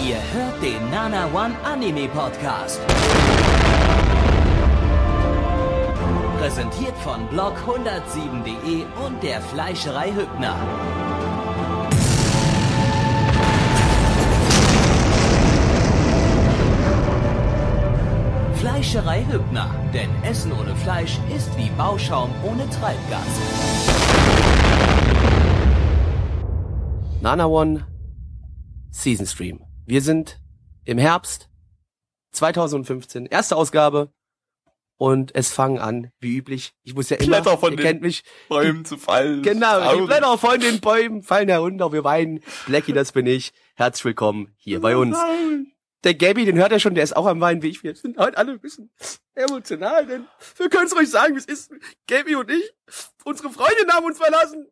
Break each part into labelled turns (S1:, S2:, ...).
S1: Ihr hört den Nana One Anime Podcast. Präsentiert von blog107.de und der Fleischerei Hübner. Fleischerei Hübner, denn Essen ohne Fleisch ist wie Bauschaum ohne Treibgas.
S2: Nana One Season Stream. Wir sind im Herbst 2015, erste Ausgabe, und es fangen an, wie üblich. Ich muss ja immer,
S3: Blätter von
S2: ihr
S3: den
S2: kennt mich,
S3: Bäumen zu fallen.
S2: Genau, die Blätter von den Bäumen fallen herunter, wir weinen. Blackie, das bin ich. Herzlich willkommen hier bei uns. Der Gabby, den hört er schon, der ist auch am Weinen wie ich. Wir sind heute alle ein bisschen emotional, denn wir können es ruhig sagen, wie es ist. Gabby und ich, unsere Freundin haben uns verlassen.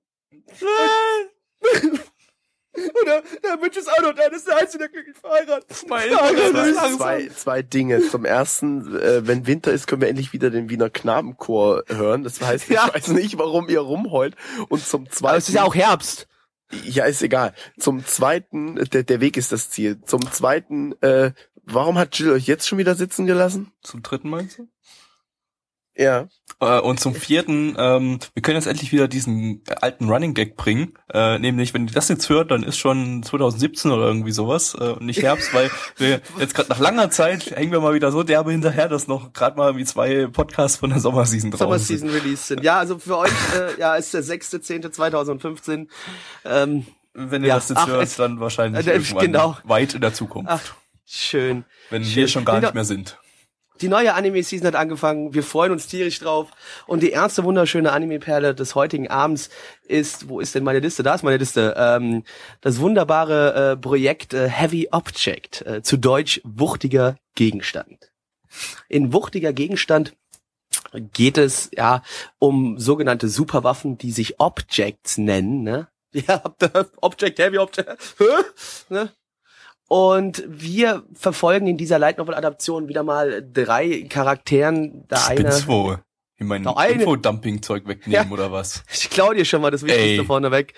S2: Und der Mensch ist auch noch da, das ist der Einzige, der glücklich verheiratet.
S4: Zwei Dinge. Zum ersten, wenn Winter ist, können wir endlich wieder den Wiener Knabenchor hören. Das heißt, ich weiß nicht, warum ihr rumheult. Und zum zweiten...
S2: Aber es ist ja auch Herbst.
S4: Ja, ist egal. Zum zweiten, der Weg ist das Ziel. Zum zweiten, warum hat Jill euch jetzt schon wieder sitzen gelassen?
S3: Zum dritten meinst du?
S4: Ja.
S3: Und zum vierten, wir können jetzt endlich wieder diesen alten Running Gag bringen. Nämlich, wenn ihr das jetzt hört, dann ist schon 2017 oder irgendwie sowas. Und nicht Herbst, weil wir jetzt gerade nach langer Zeit hängen wir mal wieder so derbe hinterher, dass noch gerade mal wie 2 Podcasts von der Sommerseason draußen sind.
S2: Sommerseason Release sind. Ja, also für euch, ist der 6.10.2015.
S3: Wenn ihr das jetzt hört, dann wahrscheinlich irgendwann weit in der Zukunft.
S2: Ach, schön.
S3: Wenn wir schon gar nicht mehr sind.
S2: Die neue Anime-Season hat angefangen, wir freuen uns tierisch drauf. Und die erste wunderschöne Anime-Perle des heutigen Abends ist, wo ist denn meine Liste? Da ist meine Liste. Das wunderbare Projekt Heavy Object, zu Deutsch wuchtiger Gegenstand. In wuchtiger Gegenstand geht es ja um sogenannte Superwaffen, die sich Objects nennen. Ne? Ja, Object, Heavy Object. Ne? Und wir verfolgen in dieser Light Novel Adaption wieder mal 3 Charakteren.
S3: In mein Infodumping-Zeug wegnehmen oder was?
S2: Ich klaue dir schon mal das Wichtigste vorneweg.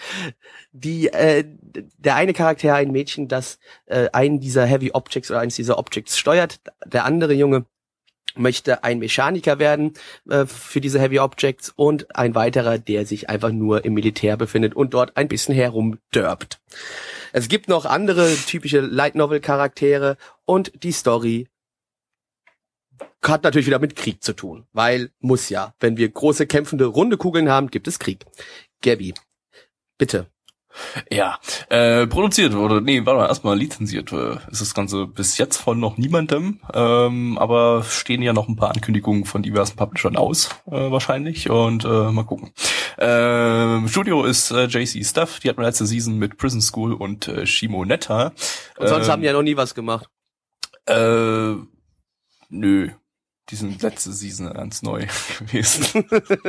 S2: Der eine Charakter, ein Mädchen, das einen dieser Heavy Objects oder eines dieser Objects steuert. Der andere Junge möchte ein Mechaniker werden für diese Heavy Objects, und ein weiterer, der sich einfach nur im Militär befindet und dort ein bisschen herumdörbt. Es gibt noch andere typische Light Novel Charaktere, und die Story hat natürlich wieder mit Krieg zu tun, weil muss ja, wenn wir große kämpfende runde Kugeln haben, gibt es Krieg. Gabby, bitte.
S3: Ja, produziert erstmal lizenziert ist das Ganze bis jetzt von noch niemandem, aber stehen ja noch ein paar Ankündigungen von diversen Publishern aus, wahrscheinlich, und mal gucken. Studio ist JC Stuff, die hatten wir letzte Season mit Prison School und Shimo Netta.
S2: Und sonst haben die ja noch nie was gemacht.
S3: Nö, die sind letzte Season ganz neu gewesen.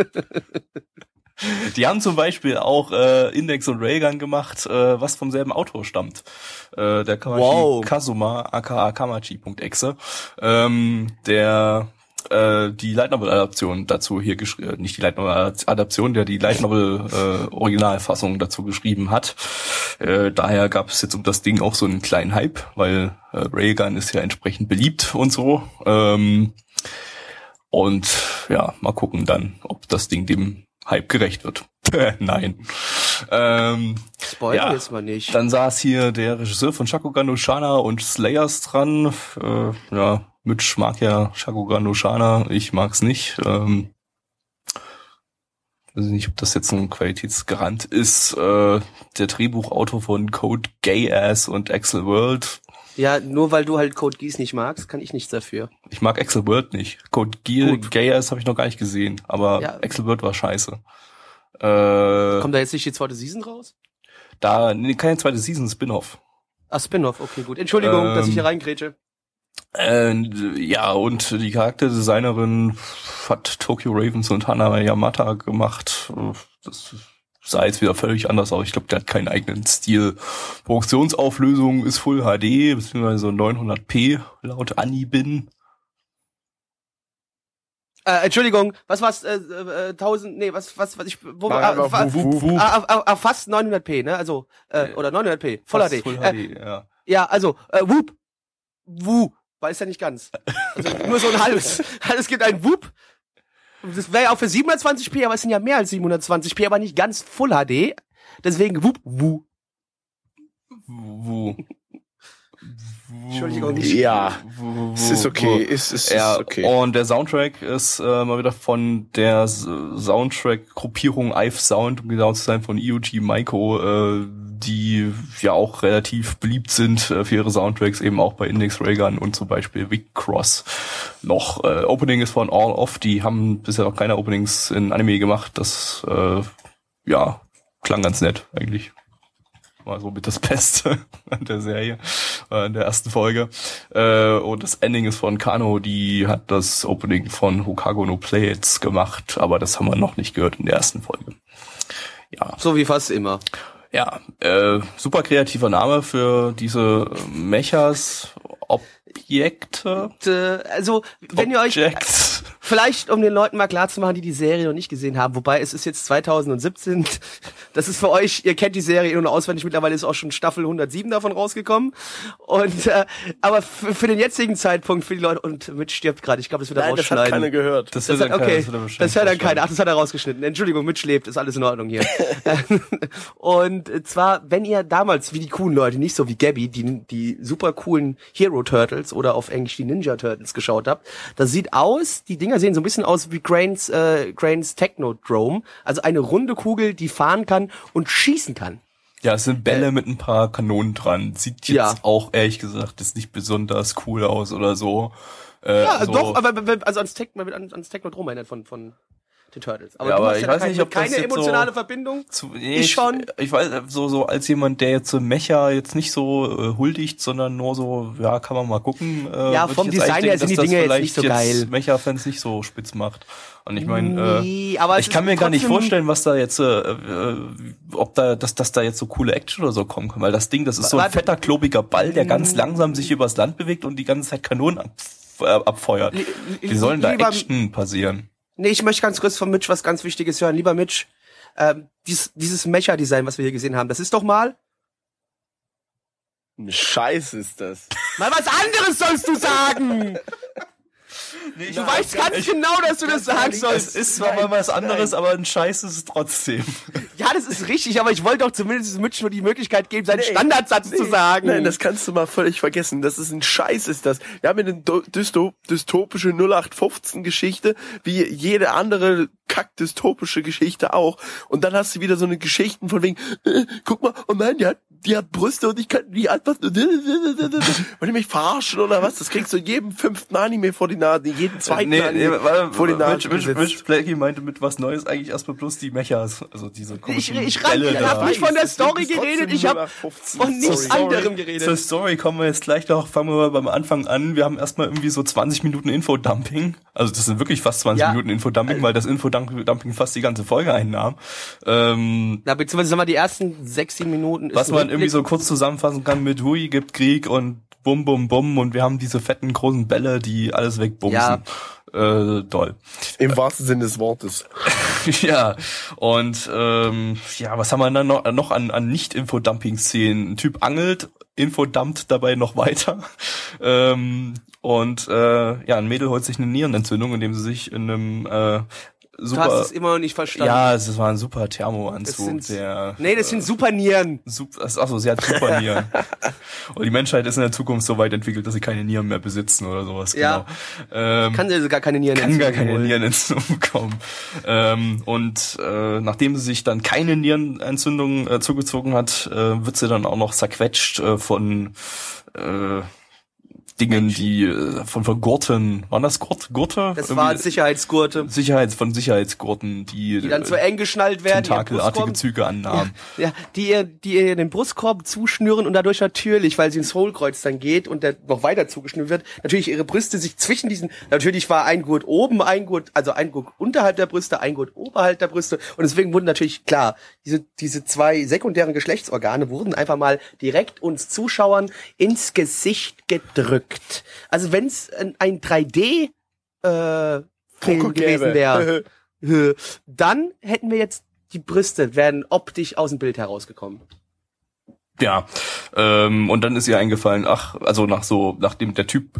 S3: Die haben zum Beispiel auch Index und Railgun gemacht, was vom selben Autor stammt. Der Kamachi Kazuma, aka Kamachi.exe, der die Light Novel Adaption dazu hier geschrieben, nicht die Light Novel Adaption, der die Light Novel Originalfassung dazu geschrieben hat. Daher gab es jetzt um das Ding auch so einen kleinen Hype, weil Railgun ist ja entsprechend beliebt und so. Und ja, mal gucken dann, ob das Ding dem Hype gerecht wird. Nein.
S2: Spoiler jetzt mal nicht.
S3: Dann saß hier der Regisseur von Shakugan no Shana und Slayers dran. Mitch mag ja Shakugan no Shana, ich mag's nicht. Weiß nicht, ob das jetzt ein Qualitätsgarant ist. Der Drehbuchautor von Code Geass und Axel World.
S2: Ja, nur weil du halt Code Geass nicht magst, kann ich nichts dafür.
S3: Ich mag Axel World nicht. Code Geass habe ich noch gar nicht gesehen, aber ja. Axel World war scheiße.
S2: Kommt da jetzt nicht die zweite Season raus?
S3: Keine zweite Season, Spin-off.
S2: Ach, Spin-off, okay, gut. Entschuldigung, dass ich hier reingrätsche.
S3: Ja, und die Charakterdesignerin hat Tokyo Ravens und Hana Yamata gemacht. Das sah jetzt wieder völlig anders aus. Ich glaube, der hat keinen eigenen Stil. Produktionsauflösung ist Full HD, beziehungsweise 900p laut Anibin.
S2: Entschuldigung, was war's? 1000, nee, was ich, fast 900p, ne? Also, oder 900p, Voll HD.
S3: HD, ja.
S2: Ja, also, Whoop. Wu. Weiß ja nicht ganz. Also nur so ein halbes. Es gibt ein Whoop. Das wäre ja auch für 720p, aber es sind ja mehr als 720p, aber nicht ganz Full HD. Deswegen Whoop. Wu.
S3: Wu.
S2: Entschuldigung, nicht.
S4: Ja, es ist okay, es ist okay.
S3: Und der Soundtrack ist mal wieder von der Soundtrack-Gruppierung Ive Sound, um genau zu sein, von EUG Maiko, die ja auch relativ beliebt sind für ihre Soundtracks, eben auch bei Index Raygun und zum Beispiel Vic Cross noch. Opening ist von All Off, die haben bisher noch keine Openings in Anime gemacht, das klang ganz nett eigentlich. War so mit das Beste an der Serie, in der ersten Folge. Und das Ending ist von Kano, die hat das Opening von Hokago no Blades gemacht, aber das haben wir noch nicht gehört in der ersten Folge. Ja.
S2: So wie fast immer.
S3: Ja, super kreativer Name für diese Mechas, Objekte.
S2: Also, wenn ihr euch, vielleicht um den Leuten mal klar zu machen, die die Serie noch nicht gesehen haben, wobei es ist jetzt 2017, das ist für euch, ihr kennt die Serie in- und auswendig, mittlerweile ist auch schon Staffel 107 davon rausgekommen. Und aber für den jetzigen Zeitpunkt, für die Leute, und Mitch stirbt gerade, ich glaube, das wird er rausschneiden.
S4: Das hat keiner gehört.
S2: Das hört dann keiner. Ach, das hat er rausgeschnitten. Entschuldigung, Mitch lebt, ist alles in Ordnung hier. Und zwar, wenn ihr damals, wie die coolen Leute, nicht so wie Gabby, die super coolen Hero Turtles oder auf Englisch die Ninja Turtles geschaut habt, das sieht aus, die Dinger sehen so ein bisschen aus wie Grains Technodrome, also eine runde Kugel, die fahren kann und schießen kann.
S3: Ja, es sind Bälle mit ein paar Kanonen dran. Sieht jetzt auch, ehrlich gesagt, ist nicht besonders cool aus oder so.
S2: Doch, aber also ans Technodrome erinnert von den Turtles. Aber,
S3: ja,
S2: du
S3: aber
S2: hast
S3: ich
S2: ja
S3: weiß nicht, ob
S2: keine
S3: das jetzt
S2: emotionale
S3: so
S2: Verbindung.
S3: Ich schon. Ich weiß, so als jemand, der jetzt so Mecha jetzt nicht so huldigt, sondern nur so, ja, kann man mal gucken.
S2: Ja, vom Design her sind die Dinge jetzt nicht so geil.
S3: Mecha-Fans nicht so spitz macht. Und ich meine, ich kann mir gar nicht vorstellen, was da jetzt, ob da, dass da jetzt so coole Action oder so kommen kann, weil das Ding, das ist so ein fetter, klobiger Ball, der ganz langsam sich übers Land bewegt und die ganze Zeit Kanonen abfeuert. Wie sollen da Action passieren?
S2: Nee, ich möchte ganz kurz von Mitch was ganz Wichtiges hören. Lieber Mitch, dieses Mecha-Design, was wir hier gesehen haben, das ist doch mal...
S4: Scheiß ist das.
S2: Mal was anderes sollst du sagen! Nee, du weißt ganz genau, dass du das sagen sollst.
S3: Es ist zwar mal was anderes, aber ein Scheiß ist es trotzdem.
S2: Ja, das ist richtig, aber ich wollte doch zumindest Mitch nur die Möglichkeit geben, seinen Standardsatz zu sagen.
S4: Nein, das kannst du mal völlig vergessen. Das ist ein Scheiß, ist das. Wir haben eine dystopische 0815-Geschichte, wie jede andere kack-dystopische Geschichte auch. Und dann hast du wieder so eine Geschichten von wegen, guck mal, oh nein, die hat Brüste und ich kann die einfach... Wollt ihr mich verarschen oder was? Das kriegst du in jedem 5. Anime vor die Nase, jeden 2. Anime vor die Nase.
S3: Mitch Blackie meinte mit was Neues eigentlich erstmal bloß die Mechas, also diese komischen
S2: Ich habe nicht von der Story geredet, ich habe von nichts anderem geredet.
S3: Zur Story kommen wir jetzt gleich noch, fangen wir mal beim Anfang an. Wir haben erstmal irgendwie so 20 Minuten Infodumping, also das sind wirklich fast 20 Minuten Infodumping, weil das Infodumping fast die ganze Folge einnahm.
S2: Beziehungsweise sagen wir die ersten 6-7 Minuten.
S3: Was man irgendwie so kurz zusammenfassen kann mit Hui gibt Krieg und bum bum bum und wir haben diese fetten großen Bälle, die alles wegbumsen. Doll.
S4: Im wahrsten Sinne des Wortes.
S3: Ja, und was haben wir dann noch an Nicht-Infodumping-Szenen? Ein Typ angelt, infodumpt dabei noch weiter. Ein Mädel holt sich eine Nierenentzündung, indem sie sich in einem super,
S2: du hast es immer noch nicht verstanden.
S3: Ja, es war ein super Thermoanzug.
S2: Das sind super Nieren.
S3: Achso, sie hat super Nieren. Und die Menschheit ist in der Zukunft so weit entwickelt, dass sie keine Nieren mehr besitzen oder sowas.
S2: Ja.
S3: Genau.
S2: Kann sie gar keine
S3: Nierenentzündung bekommen. Nachdem sie sich dann keine Nierenentzündung zugezogen hat, wird sie dann auch noch zerquetscht von Dingen, die von Gurten, waren das Gurte?
S2: Das waren Sicherheitsgurte.
S3: Sicherheitsgurten, die
S2: dann zu eng geschnallt werden,
S3: tentakelartige Züge annahmen.
S2: Ja, die ihr den Brustkorb zuschnüren und dadurch natürlich, weil sie ins Hohlkreuz dann geht und der noch weiter zugeschnürt wird, natürlich ihre Brüste sich zwischen diesen, natürlich war ein Gurt oben, ein Gurt unterhalb der Brüste, ein Gurt oberhalb der Brüste und deswegen wurden natürlich, klar, diese 2 sekundären Geschlechtsorgane wurden einfach mal direkt uns Zuschauern ins Gesicht gedrückt. Also wenn es ein 3D Film gewesen wäre, dann hätten wir jetzt die Brüste wären optisch aus dem Bild herausgekommen.
S3: Ja, und dann ist ihr eingefallen, nachdem der Typ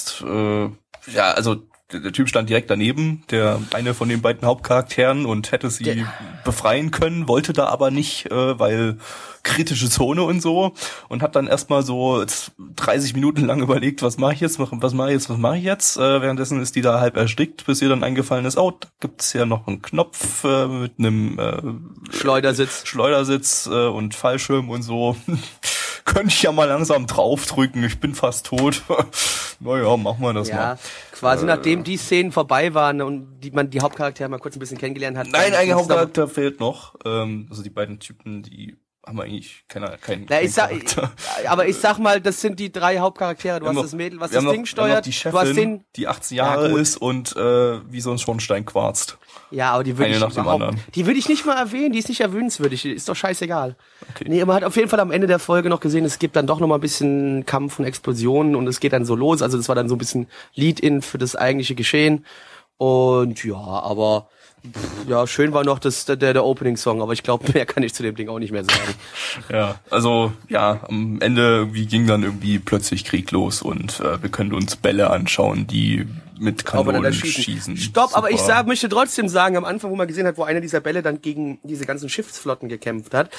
S3: der Typ stand direkt daneben, eine von den beiden Hauptcharakteren, und hätte sie befreien können, wollte da aber nicht, weil kritische Zone und so, und hat dann erstmal so 30 Minuten lang überlegt, was mache ich jetzt. Währenddessen ist die da halb erstickt, bis ihr dann eingefallen ist, da gibt's ja noch einen Knopf mit einem Schleudersitz und Fallschirm und so. Könnte ich ja mal langsam draufdrücken, ich bin fast tot. Naja, machen wir das mal.
S2: Quasi nachdem die Szenen vorbei waren und man die Hauptcharaktere mal kurz ein bisschen kennengelernt hat.
S3: Nein, ein Hauptcharakter fehlt noch. Also die beiden Typen, die haben eigentlich keinen Charakter.
S2: Aber ich sag mal, das sind die 3 Hauptcharaktere. Du hast das Mädel, was das Ding steuert.
S3: Die Chefin, die 18 Jahre ist und wie so ein Schornstein quarzt.
S2: Ja, aber die würde ich nicht mal erwähnen. Die ist nicht erwähnenswürdig. Ist doch scheißegal. Okay. Nee, man hat auf jeden Fall am Ende der Folge noch gesehen, es gibt dann doch noch mal ein bisschen Kampf und Explosionen und es geht dann so los. Also das war dann so ein bisschen Lead-in für das eigentliche Geschehen. Und ja, aber schön war noch der Opening-Song, aber ich glaube, mehr kann ich zu dem Ding auch nicht mehr sagen.
S3: Ja, also am Ende irgendwie ging dann irgendwie plötzlich Krieg los und wir können uns Bälle anschauen, die mit Kanonen schießen.
S2: Stopp, super. Aber möchte trotzdem sagen, am Anfang, wo man gesehen hat, wo einer dieser Bälle dann gegen diese ganzen Schiffsflotten gekämpft hat,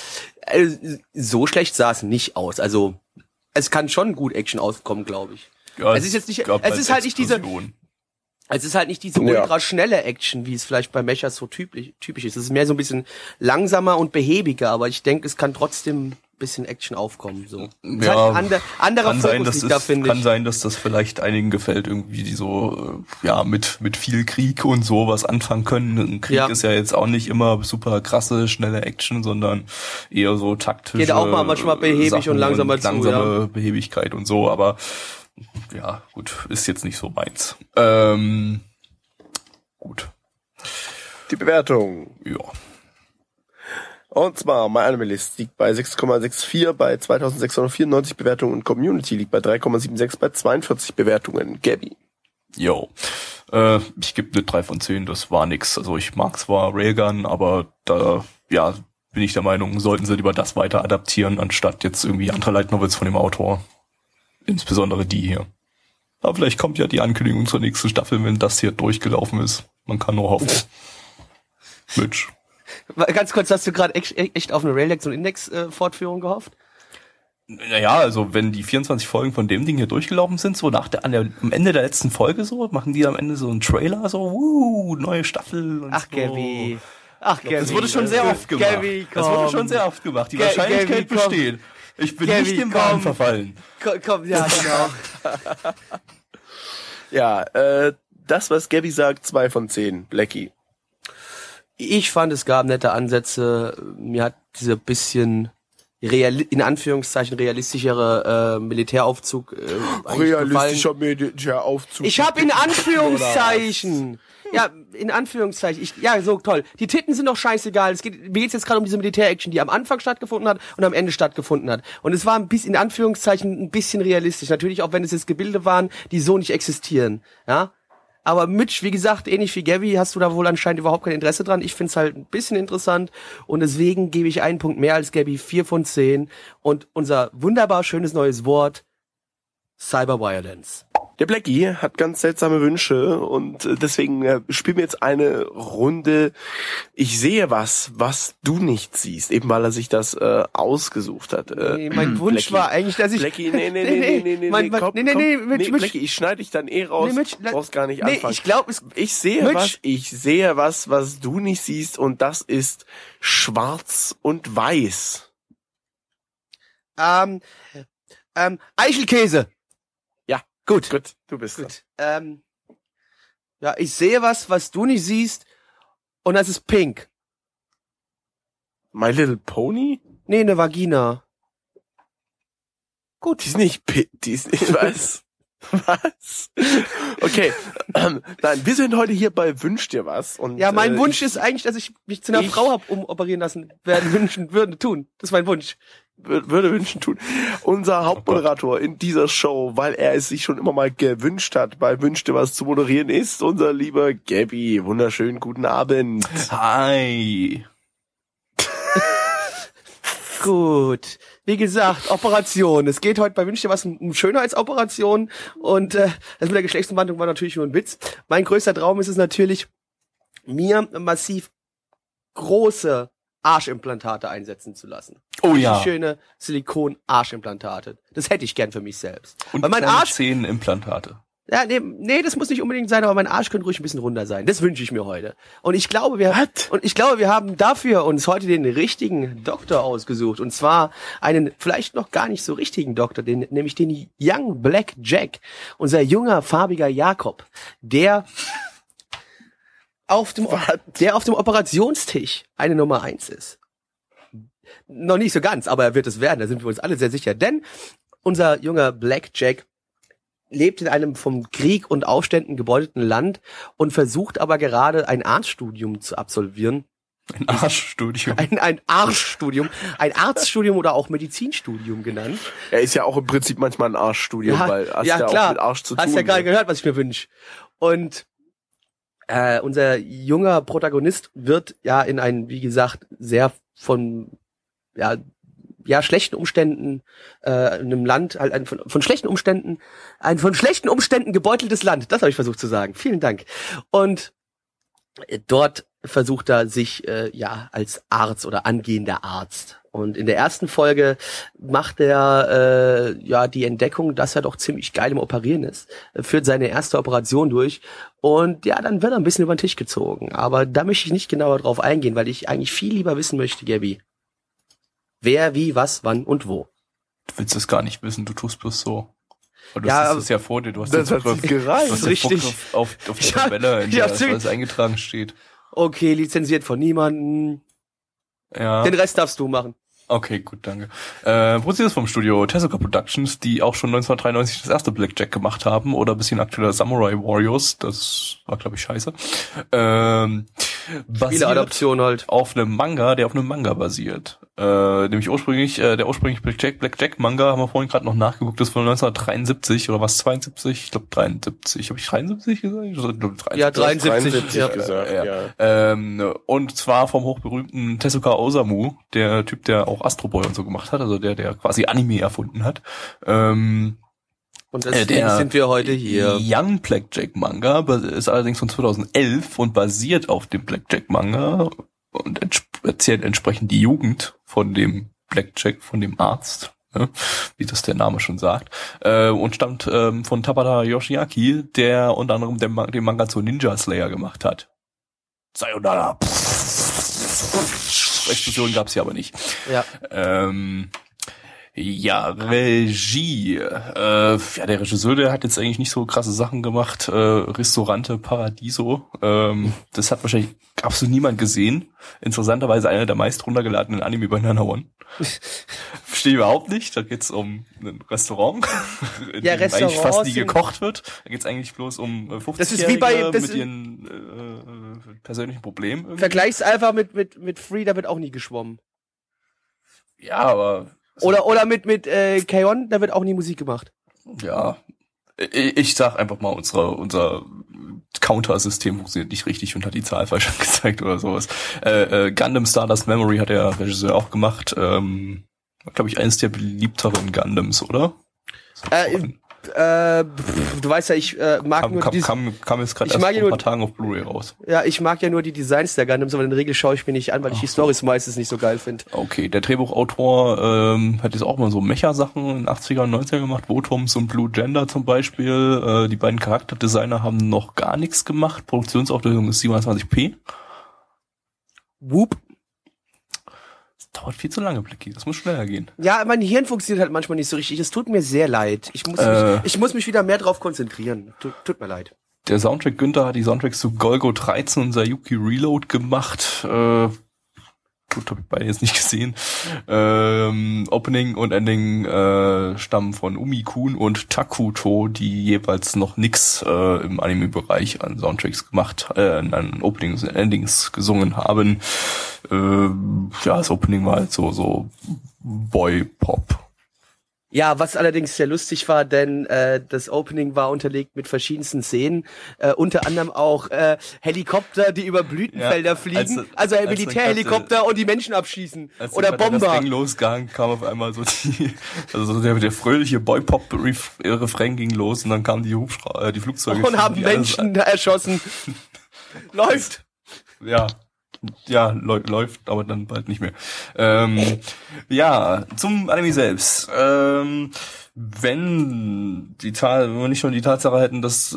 S2: so schlecht sah es nicht aus. Also es kann schon gut Action auskommen, glaube ich.
S3: Ja,
S2: es ist halt nicht diese ultra schnelle Action, wie es vielleicht bei Mechas so typisch ist. Es ist mehr so ein bisschen langsamer und behäbiger, aber ich denke, es kann trotzdem ein bisschen Action aufkommen. So.
S3: Ja,
S2: anderer Fokus liegt da, finde ich.
S3: Kann sein, dass das vielleicht einigen gefällt, irgendwie die so mit viel Krieg und so was anfangen können. Ein Krieg ist ja jetzt auch nicht immer super krasse, schnelle Action, sondern eher so taktische.
S2: Geht auch manchmal behäbig
S3: Sachen
S2: und langsamer
S3: und langsame Behäbigkeit und so, aber ja, gut, ist jetzt nicht so meins. Gut.
S4: Die Bewertung.
S3: Ja.
S4: Und zwar, MyAnimeList liegt bei 6,64 bei 2694 Bewertungen und Community liegt bei 3,76 bei 42 Bewertungen. Gabby.
S3: Jo. Ich gebe eine 3 von 10, das war nix. Also ich mag zwar Railgun, aber da, bin ich der Meinung, sollten sie lieber das weiter adaptieren, anstatt jetzt irgendwie andere Light Novels von dem Autor. Insbesondere die hier. Aber vielleicht kommt ja die Ankündigung zur nächsten Staffel, wenn das hier durchgelaufen ist. Man kann nur hoffen. Mitch.
S2: Ganz kurz, hast du gerade echt auf eine Raildex und Index-Fortführung gehofft?
S3: Naja, also wenn die 24 Folgen von dem Ding hier durchgelaufen sind, so am Ende der letzten Folge so, machen die am Ende so einen Trailer, so, neue Staffel und
S2: Ach, so. Gabby. Ach, Gabby.
S3: Das wurde schon sehr oft gemacht.
S2: Gabby,
S3: das wurde schon sehr oft gemacht. Die Wahrscheinlichkeit besteht. Ich bin nicht dem Wahn verfallen.
S2: Komm, ja, genau.
S4: Ja, das, was Gabby sagt, 2 von 10. Blackie.
S2: Ich fand, es gab nette Ansätze. Mir hat dieser bisschen in Anführungszeichen realistischere Militäraufzug
S4: realistischer Militäraufzug.
S2: Ich habe in Anführungszeichen. Ja, in Anführungszeichen. So toll. Die Titten sind doch scheißegal. Mir geht's jetzt gerade um diese Militär-Action, die am Anfang stattgefunden hat und am Ende stattgefunden hat. Und es war ein bisschen, in Anführungszeichen, ein bisschen realistisch. Natürlich auch, wenn es jetzt Gebilde waren, die so nicht existieren. Ja. Aber Mitch, wie gesagt, ähnlich wie Gabby, hast du da wohl anscheinend überhaupt kein Interesse dran. Ich find's halt ein bisschen interessant und deswegen gebe ich einen Punkt mehr als Gabby, 4 von 10. Und unser wunderbar schönes neues Wort, Cyberviolence.
S4: Der Blackie hat ganz seltsame Wünsche und deswegen spielen wir jetzt eine Runde. Ich sehe was du nicht siehst, eben weil er sich das ausgesucht hat.
S2: Mein Wunsch
S4: Blackie.
S2: War eigentlich, dass ich...
S4: Blackie, nee, Blackie, ich schneide dich dann raus.
S2: Mitch,
S4: brauchst gar nicht anfangen.
S2: Ich glaube,
S4: ich sehe was du nicht siehst und das ist schwarz und weiß.
S2: Eichelkäse. Gut,
S4: du bist
S2: gut. Ich sehe was du nicht siehst und das ist pink.
S4: My Little Pony?
S2: Nee, eine Vagina.
S4: Gut. Die ist nicht was? Was? Okay. Nein, wir sind heute hier bei Wünsch dir was. Und,
S2: ja, mein Wunsch ist eigentlich, dass ich mich zu einer Frau hab umoperieren lassen würde tun. Das ist mein Wunsch.
S4: Würde wünschen tun. Unser Hauptmoderator in dieser Show, weil er es sich schon immer mal gewünscht hat, bei Wünsch dir was zu moderieren, ist unser lieber Gabby. Wunderschönen guten Abend.
S3: Hi.
S2: Gut. wie gesagt, Operation. Es geht heute bei Wünsch dir was um Schönheitsoperationen und das mit der Geschlechtsumwandlung war natürlich nur ein Witz. Mein größter Traum ist es natürlich, mir massiv große Arschimplantate einsetzen zu lassen.
S3: Oh ja.
S2: Schöne Silikon-Arschimplantate. Das hätte ich gern für mich selbst.
S3: Und
S2: weil mein Arsch
S3: Zehenimplantate.
S2: Ja, nee, das muss nicht unbedingt sein, aber mein Arsch könnte ruhig ein bisschen runder sein. Das wünsche ich mir heute. Und ich glaube, wir haben dafür uns heute den richtigen Doktor ausgesucht. Und zwar einen vielleicht noch gar nicht so richtigen Doktor, nämlich den Young Black Jack. Unser junger, farbiger Jakob, der auf dem Operationstisch eine Nummer 1 ist. Noch nicht so ganz, aber er wird es werden, da sind wir uns alle sehr sicher. Denn unser junger Black Jack lebt in einem vom Krieg und Aufständen gebeutelten Land und versucht aber gerade ein Arztstudium zu absolvieren.
S3: Ein Arschstudium.
S2: Ein Arschstudium. Ein Arztstudium oder auch Medizinstudium genannt.
S4: Er ist ja auch im Prinzip manchmal ein Arschstudium, weil hast ja
S2: klar.
S4: auch mit Arsch zu tun.
S2: Hast ja gerade gehört, was ich mir wünsche. Und unser junger Protagonist wird ja in ein, wie gesagt, sehr von schlechten Umständen in einem Land, halt ein von schlechten Umständen gebeuteltes Land. Das habe ich versucht zu sagen. Vielen Dank. Und dort versucht er sich als Arzt oder angehender Arzt. Und in der ersten Folge macht er die Entdeckung, dass er doch ziemlich geil im Operieren ist, führt seine erste Operation durch und ja, dann wird er ein bisschen über den Tisch gezogen. Aber da möchte ich nicht genauer drauf eingehen, weil ich eigentlich viel lieber wissen möchte, Gabby. Wer, wie, was, wann und wo.
S3: Du willst es gar nicht wissen, du tust bloß so. Und
S2: ja,
S3: hast es ja vor dir, du hast
S4: das
S3: den Zugriff,
S4: gereicht.
S3: du hast
S2: richtig
S3: auf die Tabelle, in der das alles eingetragen steht.
S2: Okay, lizenziert von niemandem.
S3: Ja.
S2: Den Rest darfst du machen.
S3: Okay, gut, danke. Produziert ist vom Studio Tezuka Productions, die auch schon 1993 das erste Blackjack gemacht haben oder ein bisschen aktueller Samurai Warriors, das war, glaube ich, scheiße.
S2: Spieleadaption halt.
S3: Auf einem Manga, der auf einem Manga basiert. Nämlich der ursprüngliche Blackjack Manga, haben wir vorhin gerade noch nachgeguckt, ist von 1973 oder was, 72? Ich glaube 73. Habe ich 73 gesagt?
S2: Ja, 73
S4: ja. gesagt, ja.
S3: Und zwar vom hochberühmten Tezuka Osamu, der Typ, der auch Astro Boy und so gemacht hat, also der quasi Anime erfunden hat. Und
S2: deswegen sind wir heute hier.
S3: Young Blackjack Manga ist allerdings von 2011 und basiert auf dem Blackjack Manga und erzählt entsprechend die Jugend von dem Blackjack, von dem Arzt, ne, wie das der Name schon sagt, und stammt von Tabata Yoshiaki, der unter anderem den Manga zu Ninja Slayer gemacht hat. Sayonara. Explosion gab's hier aber nicht.
S2: Ja.
S3: Regie. Der Regisseur, der hat jetzt eigentlich nicht so krasse Sachen gemacht. Ristorante Paradiso. Das hat wahrscheinlich absolut niemand gesehen. Interessanterweise einer der meist runtergeladenen Anime bei Nana One. Verstehe ich überhaupt nicht. Da geht's um ein Restaurant, in dem eigentlich fast nie gekocht wird. Da geht's eigentlich bloß um 50-Jährige mit ihren persönlichen Problemen. Irgendwie.
S2: Vergleich's einfach mit Free, da wird auch nie geschwommen.
S3: Ja, aber...
S2: Oder mit K-On, da wird auch nie Musik gemacht.
S3: Ja, ich sag einfach mal, unser Counter-System funktioniert nicht richtig und hat die Zahl falsch angezeigt oder sowas. Gundam Stardust Memory hat der Regisseur auch gemacht. Glaube ich, eines der beliebteren Gundams, oder?
S2: Du weißt ja, ich mag
S3: kam jetzt gerade erst vor ein paar Tagen auf Blu-ray raus.
S2: Ja, ich mag ja nur die Designs der Gundams, aber in der Regel schaue ich mir nicht an, weil ich die Storys meistens nicht so geil finde.
S3: Okay, der Drehbuchautor hat jetzt auch mal so Mecha-Sachen in den 80er und 90er gemacht, Votums und Blue Gender zum Beispiel. Die beiden Charakterdesigner haben noch gar nichts gemacht. Produktionsauflösung ist 720p.
S2: Whoop.
S3: Dauert viel zu lange, Blicky. Das muss schneller gehen.
S2: Ja, mein Hirn funktioniert halt manchmal nicht so richtig. Es tut mir sehr leid. Ich muss mich wieder mehr drauf konzentrieren. Tut mir leid.
S3: Der Soundtrack Günther hat die Soundtracks zu Golgo 13 und Sayuki Reload gemacht. Gut, habe ich beide jetzt nicht gesehen. Opening und Ending stammen von Umi-kun und Takuto, die jeweils noch nix im Anime-Bereich an Soundtracks gemacht, an Openings und Endings gesungen haben. Das Opening war halt so Boy-Pop.
S2: Ja, was allerdings sehr lustig war, denn das Opening war unterlegt mit verschiedensten Szenen, unter anderem auch Helikopter, die über Blütenfelder fliegen, also Militärhelikopter und die Menschen abschießen oder Bomber.
S3: Als das Ding losgegangen, kam auf einmal so der fröhliche Boy-Pop-Refrain ging los und dann kamen die Flugzeuge
S2: und haben Menschen erschossen. Läuft.
S3: Ja, läuft, aber dann bald nicht mehr. Ja, zum Anime selbst. Wenn wir nicht schon die Tatsache hätten, dass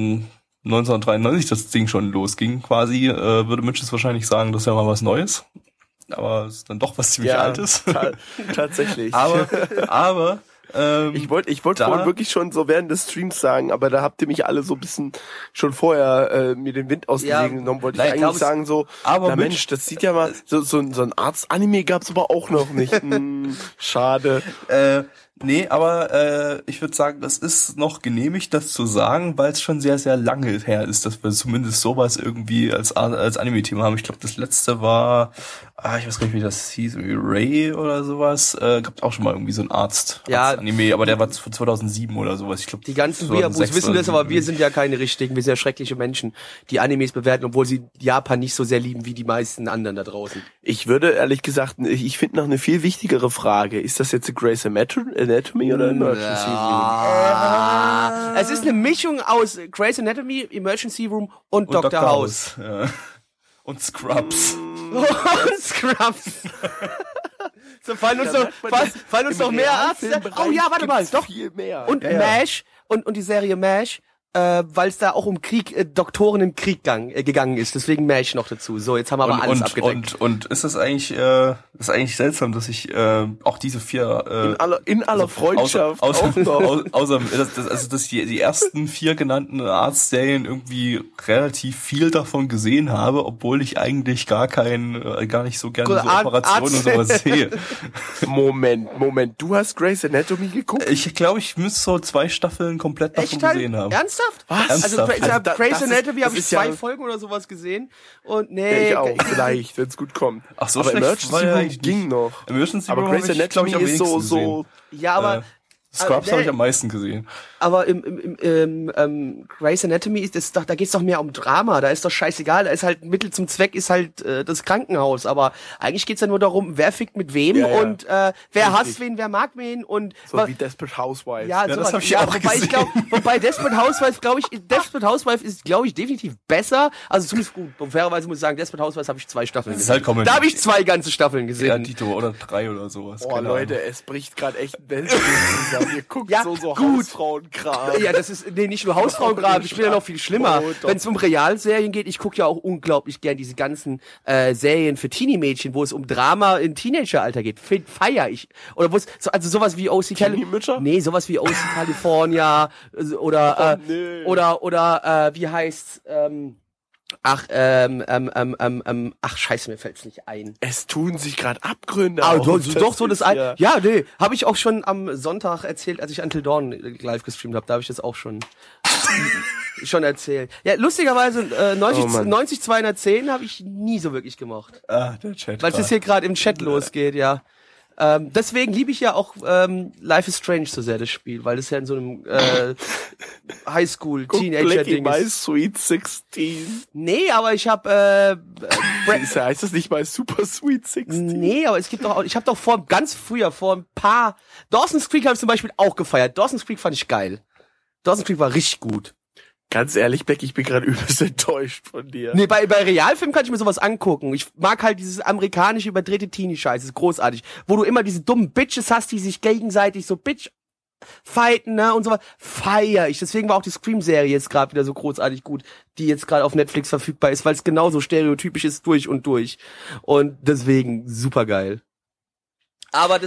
S3: 1993 das Ding schon losging, quasi, würde Mitch jetzt wahrscheinlich sagen, das ist ja mal was Neues. Aber es ist dann doch was ziemlich Altes.
S4: Tatsächlich.
S3: aber
S4: ich wollte vorhin wirklich schon so während des Streams sagen, aber da habt ihr mich alle so ein bisschen schon vorher mir den Wind aus den Segeln genommen, wollte ich eigentlich sagen so, aber na Mensch, das sieht ja mal, so ein Arzt-Anime gab's aber auch noch nicht. Schade.
S3: Nee, aber ich würde sagen, es ist noch genehmigt, das zu sagen, weil es schon sehr, sehr lange her ist, dass wir zumindest sowas irgendwie als Anime-Thema haben. Ich glaube, das letzte war, ich weiß gar nicht, wie das hieß, wie Ray oder sowas. Gab auch schon mal irgendwie so einen Arzt-Anime, aber der war von 2007 oder sowas. Ich glaube,
S2: die ganzen Weeaboos wissen das, aber wir sind ja keine richtigen, wir sind ja schreckliche Menschen, die Animes bewerten, obwohl sie Japan nicht so sehr lieben wie die meisten anderen da draußen.
S4: Ich würde ehrlich gesagt, ich finde noch eine viel wichtigere Frage. Ist das jetzt Grey's Anatomy oder Emergency Room?
S2: Es ist eine Mischung aus Grey's Anatomy, Emergency Room und Dr. House.
S3: Ja. Und Scrubs.
S2: Und Scrubs. So fallen uns noch mehr Ärzte. Oh ja, warte mal, doch.
S4: Viel mehr.
S2: Und MASH und die Serie MASH, weil es da auch um Krieg, Doktoren im Krieg gegangen ist. Deswegen MASH noch dazu. So, jetzt haben wir aber alles abgedeckt.
S3: Und ist das eigentlich, seltsam, dass ich auch diese 4
S4: in aller Freundschaft
S3: außer dass die ersten 4 genannten Arztserien irgendwie relativ viel davon gesehen habe, obwohl ich eigentlich gar nicht so gerne so Operationen und sowas sehe.
S4: Moment, du hast Grey's Anatomy geguckt?
S3: Ich glaube, ich müsste so 2 Staffeln komplett davon gesehen haben.
S2: Ernsthaft?
S4: Was?
S2: Also Grey's Anatomy habe ich 2 Folgen oder sowas gesehen und nee.
S4: Ja, ich auch, vielleicht, wenn es gut kommt.
S3: Ach so,
S4: aber
S3: schlecht
S4: Emergency Room ging noch.
S3: Emergency
S4: aber Grey's Anatomy ist so.
S2: Ja, aber
S3: Scrubs habe ich am meisten gesehen.
S2: Aber im Grey's Anatomy ist es doch, da geht's doch mehr um Drama, da ist doch scheißegal, da ist halt Mittel zum Zweck ist halt das Krankenhaus, aber eigentlich geht's ja nur darum, wer fickt mit wem und wer hasst wen, wer mag wen und
S4: so wie Desperate Housewives.
S2: Ja,
S3: das habe ich auch gesehen.
S2: Wobei Desperate Housewives ist glaube ich definitiv besser, also zumindest gut. Fairerweise muss ich sagen, Desperate Housewives habe ich 2 Staffeln gesehen.
S3: Halt
S2: da habe ich 2 ganze Staffeln gesehen.
S3: Ja, Dito oder 3 oder sowas.
S4: Oh Leute, es bricht gerade echt ein Weltbild zusammen. Ihr guckt so Hausfrauenkram.
S2: Ja, das ist nicht nur Hausfrauenkram, ich bin ja noch viel schlimmer. Wenn es um Realserien geht, ich gucke ja auch unglaublich gern diese ganzen Serien für Teenie-Mädchen, wo es um Drama im Teenageralter geht. Feier ich. Oder wo es also sowas wie OC California. Nee, sowas wie OC California oder wie heißt's scheiße, mir fällt's nicht ein.
S4: Es tun sich gerade Abgründe
S2: auf. Doch, so das ein. Ja, nee, habe ich auch schon am Sonntag erzählt, als ich Until Dawn live gestreamt habe. Da habe ich das auch schon erzählt. Ja, lustigerweise 90-210 habe ich nie so wirklich gemocht.
S3: Der Chat.
S2: Weil es hier gerade im Chat losgeht, ja. Deswegen liebe ich ja auch Life is Strange so sehr, das Spiel, weil das ja in so einem Highschool-Teenager-Ding
S4: ist. My Sweet 16.
S2: Nee, aber ich habe
S4: heißt das nicht mal Super Sweet 16?
S2: Nee, aber es gibt doch auch, ich habe doch ganz früher, vor ein paar Dawson's Creek habe ich zum Beispiel auch gefeiert. Dawson's Creek fand ich geil. Dawson's Creek war richtig gut.
S4: Ganz ehrlich, Beck, ich bin gerade übelst enttäuscht von dir.
S2: Nee, bei Realfilmen kann ich mir sowas angucken. Ich mag halt dieses amerikanische überdrehte Teenie-Scheiß, das ist großartig. Wo du immer diese dummen Bitches hast, die sich gegenseitig so fighten, ne, und so was. Feier ich. Deswegen war auch die Scream-Serie jetzt gerade wieder so großartig gut, die jetzt gerade auf Netflix verfügbar ist, weil es genauso stereotypisch ist durch und durch. Und deswegen super geil. Aber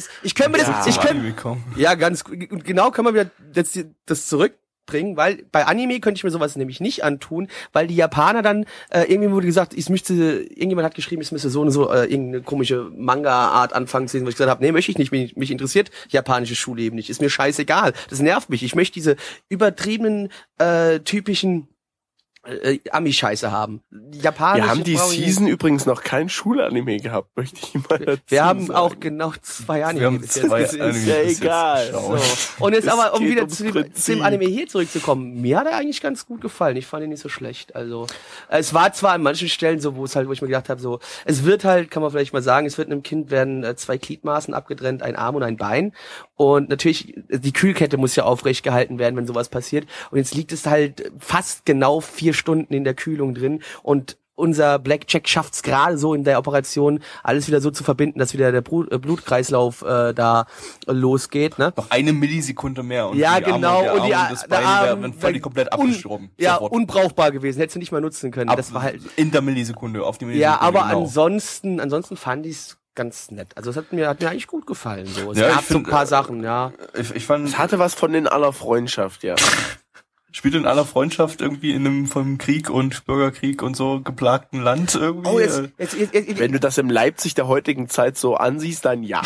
S2: genau können wir wieder das zurückbringen, weil bei Anime könnte ich mir sowas nämlich nicht antun, weil die Japaner dann irgendwie wurde gesagt, irgendjemand hat geschrieben, ich müsste so und so irgendeine komische Manga-Art anfangen zu sehen, wo ich gesagt habe, nee, möchte ich nicht, mich interessiert japanische Schulleben nicht, ist mir scheißegal, das nervt mich, ich möchte diese übertriebenen, typischen Ami-Scheiße haben. Japanische
S4: Wir haben die Season übrigens noch kein Schulanime gehabt, möchte ich mal dazu
S2: Wir haben
S4: sagen.
S2: auch genau 2 Anime.
S3: Wir haben 2 Anime.
S4: Ist ja egal.
S2: So. Und jetzt aber, um
S4: geht
S2: wieder
S4: ums
S2: zu dem
S4: Prinzip.
S2: Anime hier zurückzukommen, mir hat er eigentlich ganz gut gefallen. Ich fand ihn nicht so schlecht. Also, es war zwar an manchen Stellen so, wo ich mir gedacht habe, so, es wird halt, kann man vielleicht mal sagen, es wird einem Kind werden 2 Gliedmaßen abgetrennt, ein Arm und ein Bein. Und natürlich, die Kühlkette muss ja aufrecht gehalten werden, wenn sowas passiert. Und jetzt liegt es halt fast genau 4 Stunden in der Kühlung drin und unser Blackjack schafft's gerade so in der Operation, alles wieder so zu verbinden, dass wieder der Blutkreislauf da losgeht. Ne?
S3: Noch 1 Millisekunde mehr und
S2: Ja,
S3: die Arme
S2: genau.
S3: und,
S2: Und die
S3: das Bein wären völlig komplett abgestorben.
S2: Ja,
S3: Sofort.
S2: unbrauchbar gewesen, hättest du nicht mal nutzen können. Das war halt.
S3: In der Millisekunde, auf die Millisekunde.
S2: Ja, aber
S3: genau.
S2: ansonsten fand ich's ganz nett. Also es hat mir eigentlich gut gefallen. So. Es
S3: Ja,
S2: gab
S3: ich
S2: so ein
S3: find,
S2: paar Sachen, ja.
S3: Ich fand,
S4: Es hatte was von in aller Freundschaft, ja.
S3: spielt in aller Freundschaft irgendwie in einem vom Krieg und Bürgerkrieg und so geplagten Land irgendwie.
S2: Oh, jetzt
S4: Wenn du das im Leipzig der heutigen Zeit so ansiehst, dann ja.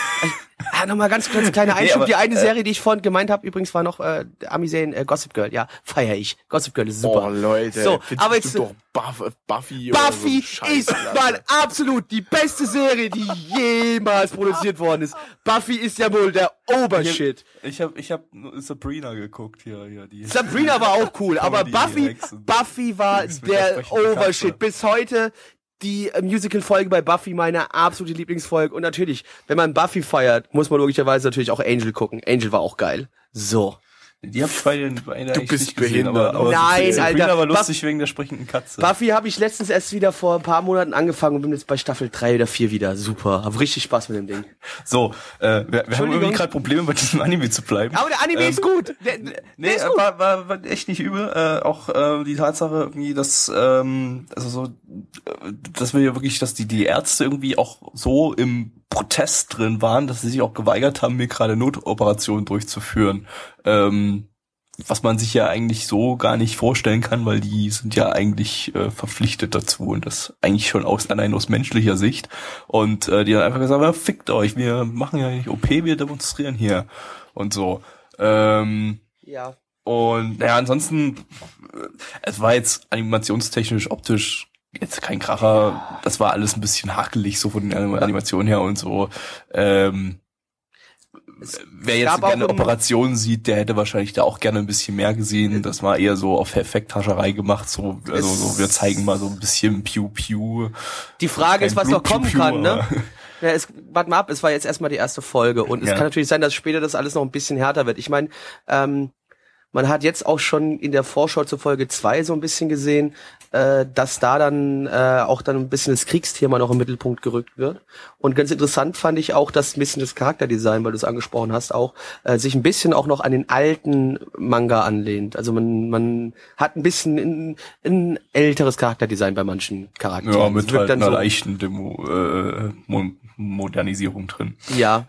S2: nochmal ganz kurz ein kleiner Einschub.
S3: aber,
S2: Die eine Serie, die ich vorhin gemeint habe, übrigens war noch Ami-Serien Gossip Girl. Ja, feier ich. Gossip Girl ist super.
S4: Oh, Leute.
S2: So,
S4: findest
S2: aber
S4: du
S2: jetzt
S4: doch Buffy oder so
S2: Buffy
S4: ein Scheiß,
S2: ist mal absolut die beste Serie, die jemals produziert worden ist. Buffy ist ja wohl der Obershit.
S3: Ich hab Sabrina geguckt hier die.
S2: Sabrina war auch cool, aber Buffy war der Obershit. Bis heute die Musical-Folge bei Buffy meine absolute Lieblingsfolge. Und natürlich, wenn man Buffy feiert, muss man logischerweise natürlich auch Angel gucken. Angel war auch geil. So.
S3: Die hab ich beide eigentlich
S4: bist
S3: nicht gesehen,
S4: behindert.
S3: aber
S2: Nein,
S3: Sabrina
S2: Alter.
S3: war lustig wegen der sprechenden Katze.
S2: Buffy habe ich letztens erst wieder vor ein paar Monaten angefangen und bin jetzt bei Staffel 3 oder 4 wieder. Super. Hab richtig Spaß mit dem Ding.
S3: So, wir haben irgendwie gerade Probleme, bei diesem Anime zu bleiben.
S2: Aber der Anime ist gut.
S3: Nee,
S2: ist gut.
S3: war echt nicht übel. Auch die Tatsache irgendwie, dass dass wir ja wirklich, dass die Ärzte irgendwie auch so im Protest drin waren, dass sie sich auch geweigert haben, mir gerade Notoperationen durchzuführen. Was man sich ja eigentlich so gar nicht vorstellen kann, weil die sind ja eigentlich verpflichtet dazu und das eigentlich schon allein aus menschlicher Sicht. Und die haben einfach gesagt, ja, fickt euch, wir machen ja nicht OP, wir demonstrieren hier und so.
S2: Ja.
S3: Und naja, ansonsten, es war jetzt animationstechnisch, optisch jetzt kein Kracher. Ja. Das war alles ein bisschen hakelig, so von den Animationen her und so. Wer jetzt gerne Operationen sieht, der hätte wahrscheinlich da auch gerne ein bisschen mehr gesehen. Das war eher so auf Effekthascherei gemacht, so, also so, wir zeigen mal so ein bisschen Piu-Piu.
S2: Die Frage ist, was noch kommen kann, ne? Ja, warte mal ab, es war jetzt erstmal die erste Folge und es kann natürlich sein, dass später das alles noch ein bisschen härter wird. Ich meine, man hat jetzt auch schon in der Vorschau zur Folge 2 so ein bisschen gesehen, dass da dann auch dann ein bisschen das Kriegsthema noch im Mittelpunkt gerückt wird. Und ganz interessant fand ich auch, dass ein bisschen das Charakterdesign, weil du es angesprochen hast, auch sich ein bisschen auch noch an den alten Manga anlehnt. Also man hat ein bisschen ein älteres Charakterdesign bei manchen Charakteren.
S3: Ja, mit halt einer
S2: so
S3: leichten Modernisierung drin.
S2: Ja.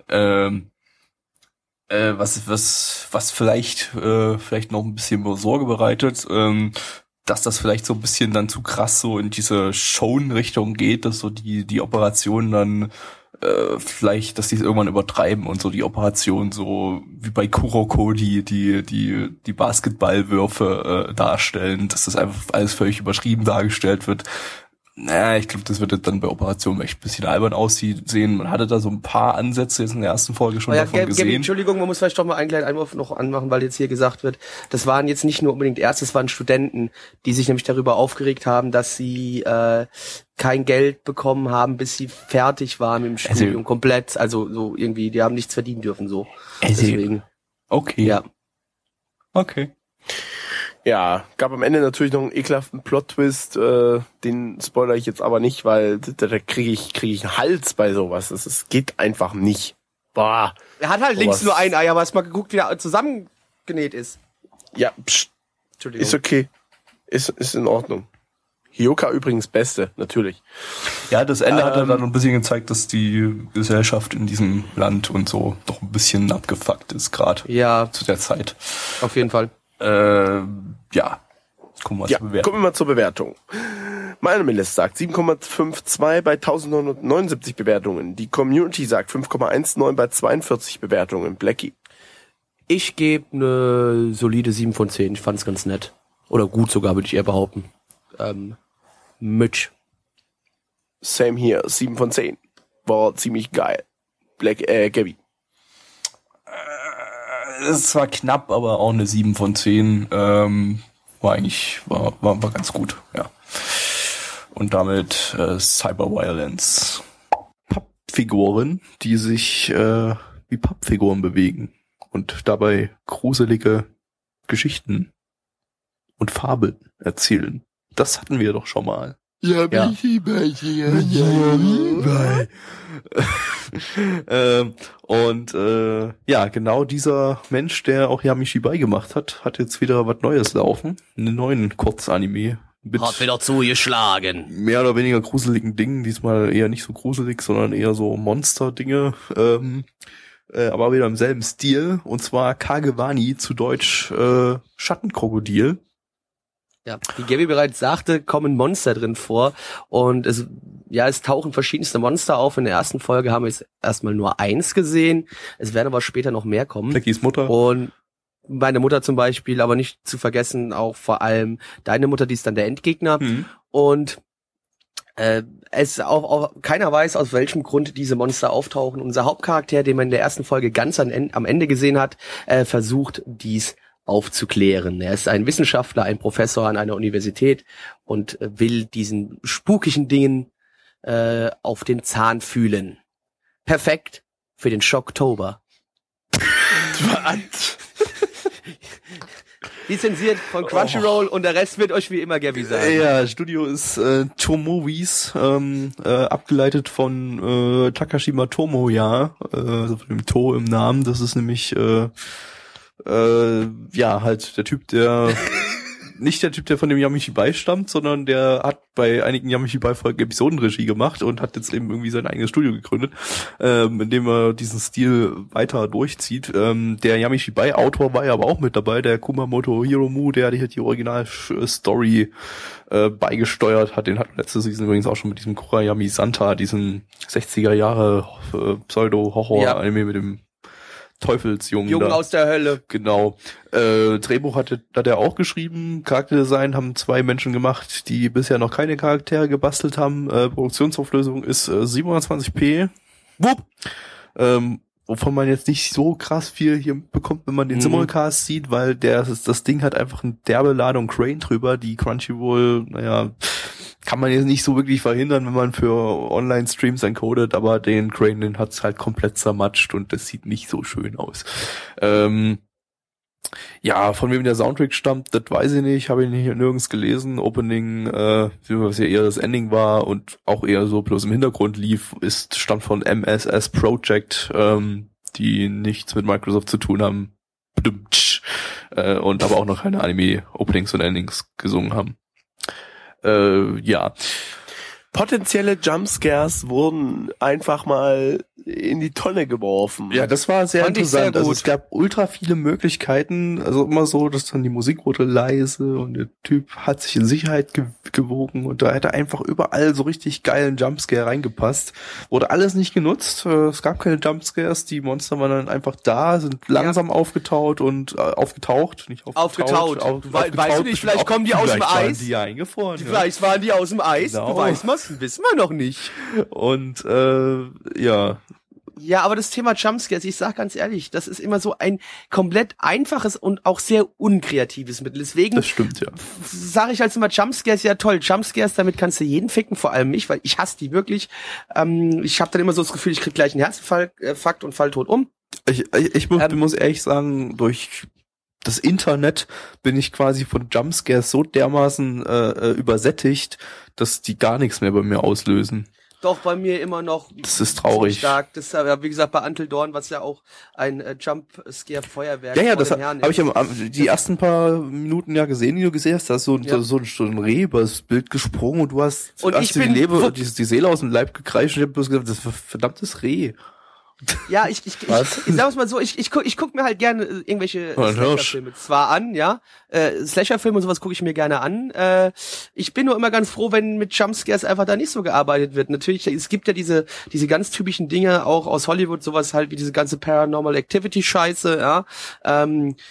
S3: Was vielleicht noch ein bisschen Sorge bereitet, dass das vielleicht so ein bisschen dann zu krass so in diese Shonen-Richtung geht, dass so die Operationen dann vielleicht, dass die es irgendwann übertreiben und so die Operation so wie bei Kuroko die Basketballwürfe darstellen, dass das einfach alles völlig überschrieben dargestellt wird. Naja, ich glaube, das wird dann bei Operationen echt ein bisschen albern aussehen. Man hatte da so ein paar Ansätze jetzt in der ersten Folge schon davon gesehen.
S2: Entschuldigung, man muss vielleicht doch mal einen kleinen Einwurf noch anmachen, weil jetzt hier gesagt wird, das waren jetzt nicht nur unbedingt Ärzte, es waren Studenten, die sich nämlich darüber aufgeregt haben, dass sie kein Geld bekommen haben, bis sie fertig waren mit dem Studium, komplett. Also so irgendwie, die haben nichts verdienen dürfen, so. Deswegen.
S3: Okay.
S2: Ja.
S3: Okay.
S4: Ja, gab am Ende natürlich noch einen ekelhaften Plot-Twist, den spoilere ich jetzt aber nicht, weil da kriege ich einen Hals bei sowas. Das geht einfach nicht. Boah.
S2: Er hat halt links nur ein Ei, aber hast mal geguckt, wie er zusammengenäht ist.
S4: Ja, Entschuldigung. Ist okay. Ist in Ordnung. Hyoka übrigens Beste, natürlich.
S3: Ja, das Ende hat dann ein bisschen gezeigt, dass die Gesellschaft in diesem Land und so doch ein bisschen abgefuckt ist, gerade zu der Zeit.
S2: Auf jeden Fall.
S3: Ja. Gucken wir
S4: mal zur Bewertung. Meine Mindest sagt 7,52 bei 1979 Bewertungen. Die Community sagt 5,19 bei 42 Bewertungen. Blackie.
S2: Ich gebe eine solide 7 von 10. Ich fand's ganz nett. Oder gut sogar, würde ich eher behaupten. Mitch.
S4: Same hier, 7 von 10. War ziemlich geil. Gabby.
S3: Es war knapp, aber auch eine 7 von 10. War ganz gut, ja. Und damit Cyberviolence. Pappfiguren, die sich wie Pappfiguren bewegen und dabei gruselige Geschichten und Fabeln erzählen. Das hatten wir doch schon mal.
S4: Ja.
S3: Genau dieser Mensch, der auch Yamishibai gemacht hat jetzt wieder was Neues laufen. Einen neuen Kurzanime.
S2: Hat wieder zugeschlagen.
S3: Mehr oder weniger gruseligen Dingen. Diesmal eher nicht so gruselig, sondern eher so Monster-Dinge. Aber wieder im selben Stil. Und zwar Kagewani, zu Deutsch Schattenkrokodil.
S2: Ja, wie Gabby bereits sagte, kommen Monster drin vor und es tauchen verschiedenste Monster auf. In der ersten Folge haben wir jetzt erstmal nur 1 gesehen. Es werden aber später noch mehr kommen.
S3: Blackies Mutter.
S2: Und meine Mutter zum Beispiel, aber nicht zu vergessen auch vor allem deine Mutter, die ist dann der Endgegner. Und es auch keiner weiß, aus welchem Grund diese Monster auftauchen. Unser Hauptcharakter, den man in der ersten Folge ganz am Ende gesehen hat, versucht dies aufzuklären. Er ist ein Wissenschaftler, ein Professor an einer Universität und will diesen spukischen Dingen auf den Zahn fühlen. Perfekt für den Schocktober. Lizenziert von Crunchyroll und der Rest wird euch wie immer Gabby sagen.
S3: Ja, Studio ist Tomovis, abgeleitet von Takashima Tomoya, also von dem To im Namen. Das ist nämlich halt der Typ, der nicht der Typ, der von dem Yamishibai stammt, sondern der hat bei einigen Yamishibai-Folgen Episodenregie gemacht und hat jetzt eben irgendwie sein eigenes Studio gegründet, in dem er diesen Stil weiter durchzieht. Der Yamishibai-Autor war ja aber auch mit dabei, der Kumamoto Hiromu, der die Original-Story beigesteuert hat. Den hat letzte Season übrigens auch schon mit diesem Kurayami Santa, diesen 60er Jahre Pseudo-Horror-Anime mit dem Teufelsjungen.
S2: Jungen aus der Hölle.
S3: Genau. Drehbuch hat er auch geschrieben. Charakterdesign haben 2 Menschen gemacht, die bisher noch keine Charaktere gebastelt haben. Produktionsauflösung ist 720p. Wupp. Wovon man jetzt nicht so krass viel hier bekommt, wenn man den Simulcast sieht, weil das Ding hat einfach eine derbe Ladung Crane drüber, die Crunchyroll, kann man jetzt nicht so wirklich verhindern, wenn man für Online-Streams encodet, aber den Crane, den hat's halt komplett zermatscht und das sieht nicht so schön aus. Von wem der Soundtrack stammt, das weiß ich nicht, habe ich nirgends gelesen. Opening, was ja eher das Ending war und auch eher so bloß im Hintergrund lief, stammt von MSS Project, die nichts mit Microsoft zu tun haben. Und aber auch noch keine Anime-Openings und Endings gesungen haben.
S4: Potenzielle Jumpscares wurden einfach mal in die Tonne geworfen.
S3: Ja, das war sehr
S2: Fand
S3: interessant.
S2: ich sehr
S3: also
S2: gut.
S3: es gab ultra viele Möglichkeiten. Also immer so, dass dann die Musik wurde leise und der Typ hat sich in Sicherheit gewogen und da hätte einfach überall so richtig geilen Jumpscare reingepasst. Wurde alles nicht genutzt. Es gab keine Jumpscares. Die Monster waren dann einfach da, sind langsam aufgetaucht. Weißt
S2: du nicht, vielleicht kommen die aus dem Eis.
S3: Die eingefroren.
S2: Vielleicht waren die aus dem Eis.
S3: Genau.
S2: Du weißt was, wissen wir noch nicht.
S3: Und
S2: Ja, aber das Thema Jumpscares, ich sag ganz ehrlich, das ist immer so ein komplett einfaches und auch sehr unkreatives Mittel. Deswegen
S3: das stimmt, ja.
S2: Sage ich halt immer, Jumpscares, ja toll. Jumpscares, damit kannst du jeden ficken, vor allem mich, weil ich hasse die wirklich. Ich habe dann immer so das Gefühl, ich krieg gleich einen Herzinfarkt und fall tot um.
S3: Ich muss ehrlich sagen, durch das Internet bin ich quasi von Jumpscares so dermaßen übersättigt, dass die gar nichts mehr bei mir auslösen.
S2: Doch, bei mir immer noch.
S3: Das ist traurig.
S2: Stark. Das ist ja, wie gesagt, bei Until Dawn, was ja auch ein Jumpscare-Feuerwerk
S3: Ja, das habe ich die ersten paar Minuten gesehen, die du gesehen hast. Da ist so ein Reh über das Bild gesprungen und du hast die Seele aus dem Leib gekreischt und ich hab bloß gesagt, das ist ein verdammtes Reh.
S2: Ja, ich sag's mal so, ich guck mir halt gerne irgendwelche Slasher-Filme zwar an, ja. Slasher-Filme und sowas gucke ich mir gerne an. Ich bin nur immer ganz froh, wenn mit Jumpscares einfach da nicht so gearbeitet wird. Natürlich, es gibt ja diese ganz typischen Dinge auch aus Hollywood, sowas halt wie diese ganze Paranormal Activity-Scheiße, ja.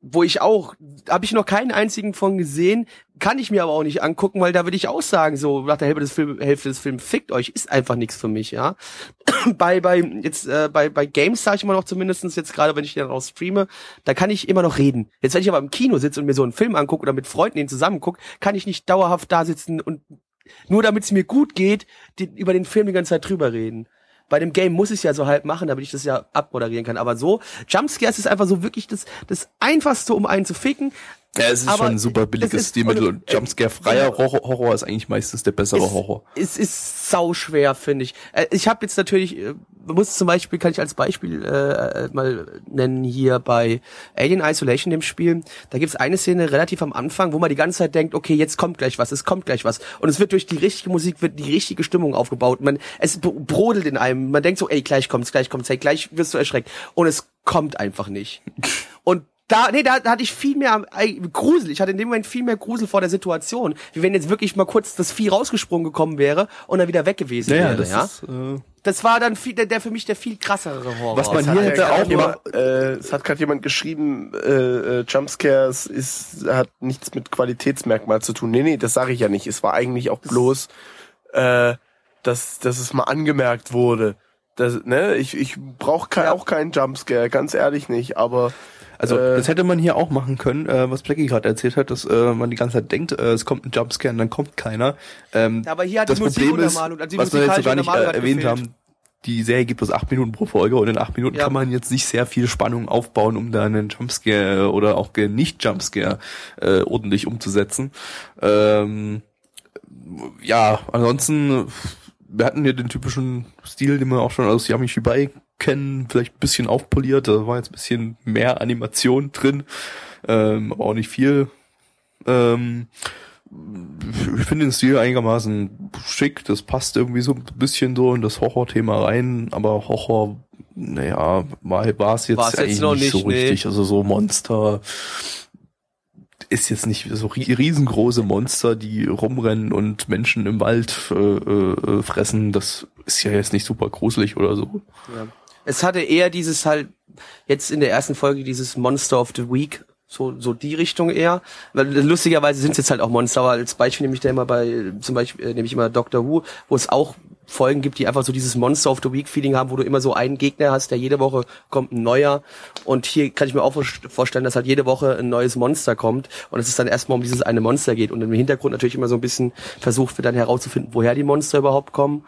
S2: habe ich noch keinen einzigen von gesehen, kann ich mir aber auch nicht angucken, weil da würde ich auch sagen, so nach der Hälfte des Films, fickt euch, ist einfach nichts für mich, ja. Bei Games sage ich immer noch zumindestens jetzt gerade, wenn ich den raus streame, da kann ich immer noch reden. Jetzt, wenn ich aber im Kino sitze und mir so einen Film angucke oder mit Freunden den zusammen gucke, kann ich nicht dauerhaft da sitzen und nur damit es mir gut geht, über den Film die ganze Zeit drüber reden. Bei dem Game muss ich es ja so halb machen, damit ich das ja abmoderieren kann. Aber so, Jumpscares ist einfach so wirklich das Einfachste, um einen zu ficken.
S3: Ja, es ist aber schon ein super billiges Stilmittel und Jumpscare-freier Horror ist eigentlich meistens der bessere Horror.
S2: Es ist sauschwer, finde ich. Ich habe jetzt natürlich, kann ich als Beispiel mal nennen hier bei Alien Isolation, dem Spiel, da gibt's eine Szene relativ am Anfang, wo man die ganze Zeit denkt, okay, jetzt kommt gleich was. Und es wird durch die richtige Musik, wird die richtige Stimmung aufgebaut. Es brodelt in einem, man denkt so, ey, gleich kommt's, hey, gleich wirst du erschreckt. Und es kommt einfach nicht. Und da hatte ich viel mehr Grusel. Ich hatte in dem Moment viel mehr Grusel vor der Situation, wie wenn jetzt wirklich mal kurz das Vieh rausgesprungen gekommen wäre und dann wieder weg gewesen wäre. Das war dann für mich der viel krassere Horror.
S4: Was man hier hätte auch es hat gerade jemand geschrieben, Jumpscares hat nichts mit Qualitätsmerkmal zu tun. Nee, das sage ich ja nicht. Es war eigentlich auch bloß, dass es mal angemerkt wurde. Ich brauche auch keinen Jumpscare, ganz ehrlich nicht, aber
S3: also das hätte man hier auch machen können, was Blackie gerade erzählt hat, dass man die ganze Zeit denkt, es kommt ein Jumpscare und dann kommt keiner.
S2: Aber hier hat
S3: das
S2: die
S3: Problem ist, was wir jetzt so gar nicht erwähnt
S2: gefehlt.
S3: haben, die Serie gibt bloß 8 Minuten pro Folge und in 8 Minuten kann man jetzt nicht sehr viel Spannung aufbauen, um da einen Jumpscare oder auch Nicht-Jumpscare ordentlich umzusetzen. Ansonsten, wir hatten ja den typischen Stil, den wir auch schon aus Yami Shibai kennen, vielleicht ein bisschen aufpoliert, da war jetzt ein bisschen mehr Animation drin, aber auch nicht viel. Ich finde den Stil einigermaßen schick, das passt irgendwie so ein bisschen so in das Horror-Thema rein, aber Horror, war es jetzt eigentlich nicht so richtig, also so Monster ist jetzt nicht so riesengroße Monster, die rumrennen und Menschen im Wald fressen, das ist ja jetzt nicht super gruselig oder so.
S2: Ja. Es hatte eher dieses halt, jetzt in der ersten Folge dieses Monster of the Week, so die Richtung eher. Weil lustigerweise sind es jetzt halt auch Monster, aber als Beispiel nehme ich da immer nehme ich immer Doctor Who, wo es auch Folgen gibt, die einfach so dieses Monster of the Week Feeling haben, wo du immer so einen Gegner hast, der jede Woche kommt ein neuer. Und hier kann ich mir auch vorstellen, dass halt jede Woche ein neues Monster kommt und es ist dann erstmal um dieses eine Monster geht und im Hintergrund natürlich immer so ein bisschen versucht wird dann herauszufinden, woher die Monster überhaupt kommen.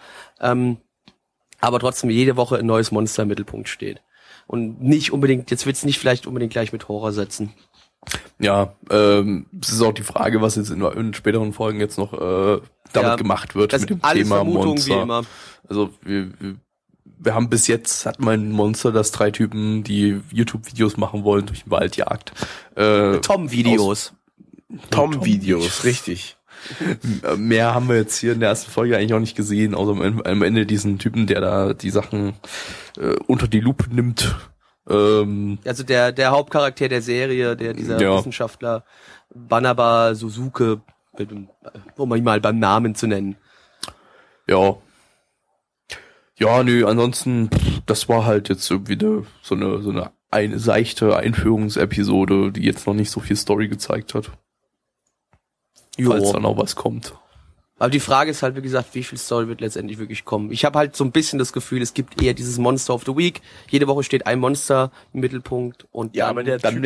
S2: Aber trotzdem jede Woche ein neues Monster im Mittelpunkt steht. Und nicht unbedingt, jetzt wird's nicht vielleicht unbedingt gleich mit Horror setzen.
S3: Ja, es ist auch die Frage, was jetzt in späteren Folgen jetzt noch damit gemacht wird mit dem Thema Monster. Wie immer. Also wir haben bis jetzt, hat man ein Monster, das 3 Typen, die YouTube-Videos machen wollen, durch den Wald jagt.
S2: Tom-Videos.
S4: Tom-Videos, richtig.
S3: Mehr haben wir jetzt hier in der ersten Folge eigentlich auch nicht gesehen, außer am Ende diesen Typen, der da die Sachen unter die Lupe nimmt.
S2: Also der Hauptcharakter der Serie, dieser Wissenschaftler Banaba Suzuke, um ihn mal beim Namen zu nennen.
S3: Ja. Ja, ansonsten, das war halt jetzt irgendwie so eine seichte Einführungsepisode, die jetzt noch nicht so viel Story gezeigt hat. Falls da noch was kommt.
S2: Aber die Frage ist halt, wie gesagt, wie viel Story wird letztendlich wirklich kommen. Ich habe halt so ein bisschen das Gefühl, es gibt eher dieses Monster of the Week. Jede Woche steht ein Monster im Mittelpunkt und
S4: aber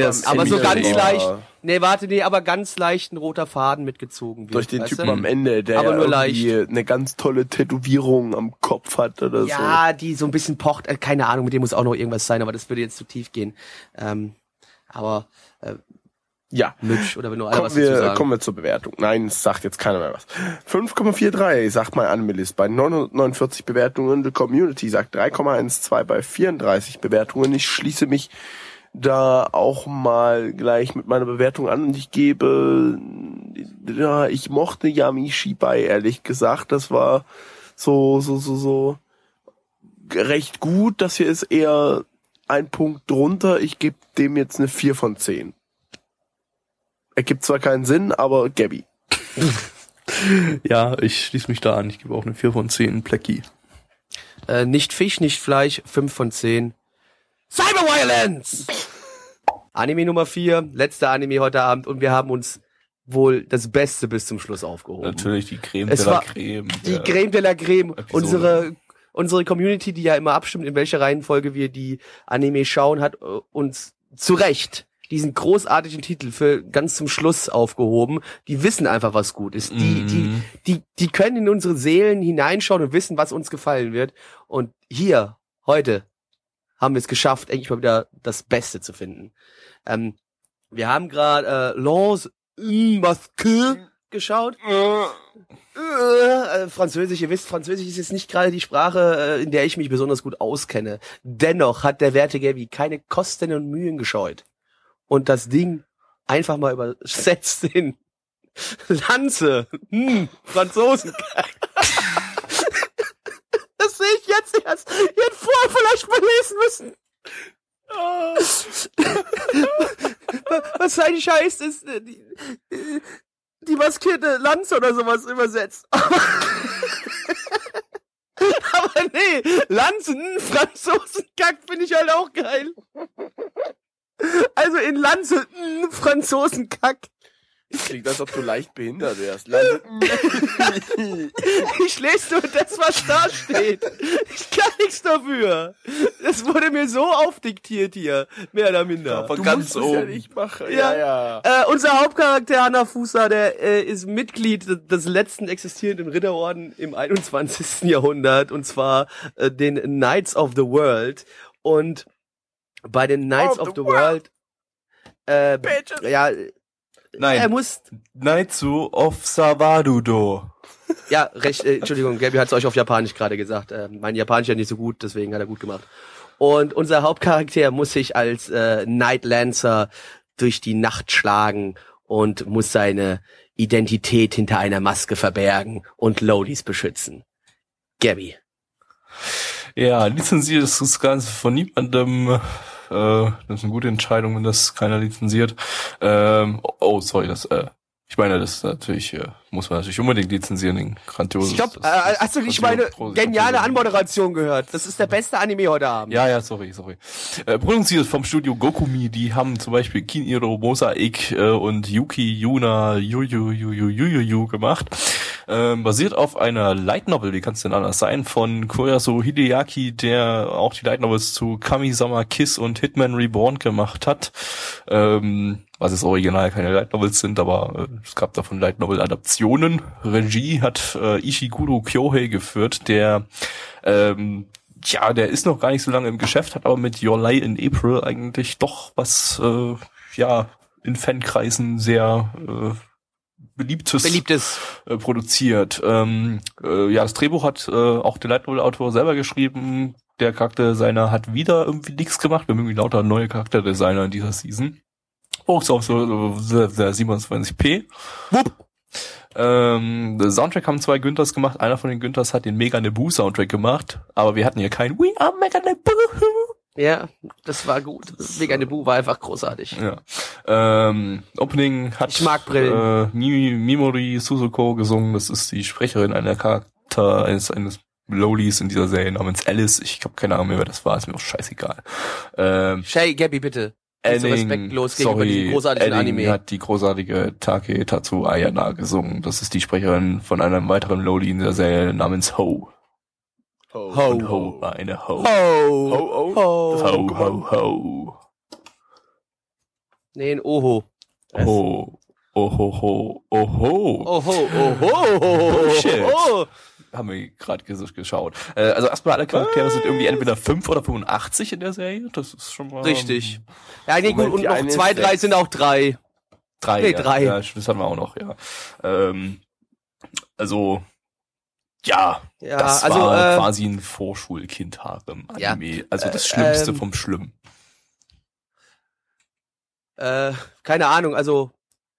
S2: ganz leicht ein roter Faden mitgezogen wird.
S4: Durch den Typen am Ende, der
S2: aber nur
S4: irgendwie eine ganz tolle Tätowierung am Kopf hat oder so.
S2: Ja, die so ein bisschen pocht. Keine Ahnung, mit dem muss auch noch irgendwas sein, aber das würde jetzt zu tief gehen.
S4: Ja.
S2: Mitch, oder wenn nur alle was dazu sagen.
S4: Kommen wir zur Bewertung. Nein, es sagt jetzt keiner mehr was. 5,43 sagt mein Animalist bei 949 Bewertungen. Die Community sagt 3,12 bei 34 Bewertungen. Ich schließe mich da auch mal gleich mit meiner Bewertung an und ich mochte Yami Shibai, ehrlich gesagt. Das war so recht gut. Das hier ist eher ein Punkt drunter. Ich gebe dem jetzt eine 4 von 10. Ergibt zwar keinen Sinn, aber Gabby.
S3: Ja, ich schließe mich da an. Ich gebe auch eine 4 von 10 Blackie.
S2: Nicht Fisch, nicht Fleisch, 5 von 10. Cyberviolence! Anime Nummer 4, letzter Anime heute Abend und wir haben uns wohl das Beste bis zum Schluss aufgehoben.
S3: Natürlich die Creme de la Creme.
S2: Die Creme de la Creme. Unsere Community, die ja immer abstimmt, in welcher Reihenfolge wir die Anime schauen, hat uns zu Recht diesen großartigen Titel für ganz zum Schluss aufgehoben. Die wissen einfach, was gut ist. Die können in unsere Seelen hineinschauen und wissen, was uns gefallen wird. Und hier, heute, haben wir es geschafft, endlich mal wieder das Beste zu finden. Wir haben gerade Lance Masque geschaut. Französisch, ihr wisst, Französisch ist jetzt nicht gerade die Sprache, in der ich mich besonders gut auskenne. Dennoch hat der werte Gaby keine Kosten und Mühen gescheut und das Ding einfach mal übersetzt in Lanze, Franzosen. Das sehe ich jetzt erst. Ihr hättet vorher vielleicht mal lesen müssen. Was eigentlich heißt, ist die maskierte Lanze oder sowas übersetzt. Aber nee, Lanzen, Franzosenkack finde ich halt auch geil. Also in Lanze, Franzosenkack.
S4: Klingt, als ob du leicht behindert wärst.
S2: Ich lese nur das, was da steht. Ich kann nichts dafür. Das wurde mir so aufdiktiert hier, mehr oder minder.
S4: Du ganz musst es ja nicht machen. Ja.
S2: Unser Hauptcharakter Hanafusa, der ist Mitglied des letzten existierenden Ritterorden im 21. Jahrhundert, und zwar den Knights of the World. Und bei den Knights of the World
S3: Nein,
S2: er muss
S3: Naitsu of Savadudo.
S2: Ja, recht, Entschuldigung, Gaby hat es euch auf Japanisch gerade gesagt. Mein Japanisch ist ja nicht so gut, deswegen hat er gut gemacht. Und unser Hauptcharakter muss sich als Knight Lancer durch die Nacht schlagen und muss seine Identität hinter einer Maske verbergen und Lodies beschützen. Gaby.
S3: Ja, lizenziert ist das Ganze von niemandem. Das ist eine gute Entscheidung, wenn das keiner lizenziert. Ich meine, das natürlich muss man natürlich unbedingt lizenzieren, den grandiosen.
S2: Stopp, hast du nicht meine geniale Anmoderation gehört? Das ist der beste Anime heute Abend.
S3: Ja, sorry. Produziert vom Studio Gokumi, die haben zum Beispiel Kiniro Mosaik und Yuki Yuna Yu gemacht. Basiert auf einer Light Novel, wie kann es denn anders sein, von Koyasu Hideaki, der auch die Light Novels zu Kami-sama Kiss und Hitman Reborn gemacht hat. Was es original keine Light Novels sind, aber es gab davon Light Novel Adaptionen. Regie hat Ishiguro Kyohei geführt, der ist noch gar nicht so lange im Geschäft, hat aber mit Your Lie in April eigentlich doch was in Fankreisen sehr Beliebtes produziert. Das Drehbuch hat auch der Light Novel Autor selber geschrieben. Der Charakterdesigner hat wieder irgendwie nichts gemacht. Wir haben irgendwie lauter neue Charakterdesigner in dieser Season. Auch so auf so 27p. Der Soundtrack haben 2 Günthers gemacht. Einer von den Günthers hat den Mega Nebu Soundtrack gemacht. Aber wir hatten hier keinen We Are Mega Nebu.
S2: Ja, das war gut. Mega Nebu war einfach großartig.
S3: Ja. Opening hat
S2: ich mag Brillen.
S3: Mimori Suzuko gesungen. Das ist die Sprecherin einer Charakter eines Lowlies in dieser Serie namens Alice. Ich habe keine Ahnung mehr, wer das war. Ist mir auch scheißegal.
S2: Shay, Gaby, bitte. Respektlos gegenüber diesem großartigen Anime.
S3: Hat die großartige Take Tatsu Ayana gesungen. Das ist die Sprecherin von einem weiteren Lowly in der Serie namens Ho.
S2: Ho.
S3: Und Ho war eine Ho. Ho.
S2: Nee, ein Oho.
S3: Ho. Oho.
S2: Bullshit.
S3: Haben wir gerade geschaut. Also erstmal alle Charaktere sind irgendwie entweder 5 oder 85 in der Serie. Das ist schon mal...
S2: Richtig. Ja, nee, gut, und noch 2, 3 sind auch 3.
S3: 3,
S2: nee, 3.
S3: Ja, das hatten wir auch noch, ja. Das war quasi ein Vorschulkind-Harem-Anime. Ja, also das Schlimmste vom Schlimm.
S2: Keine Ahnung, also...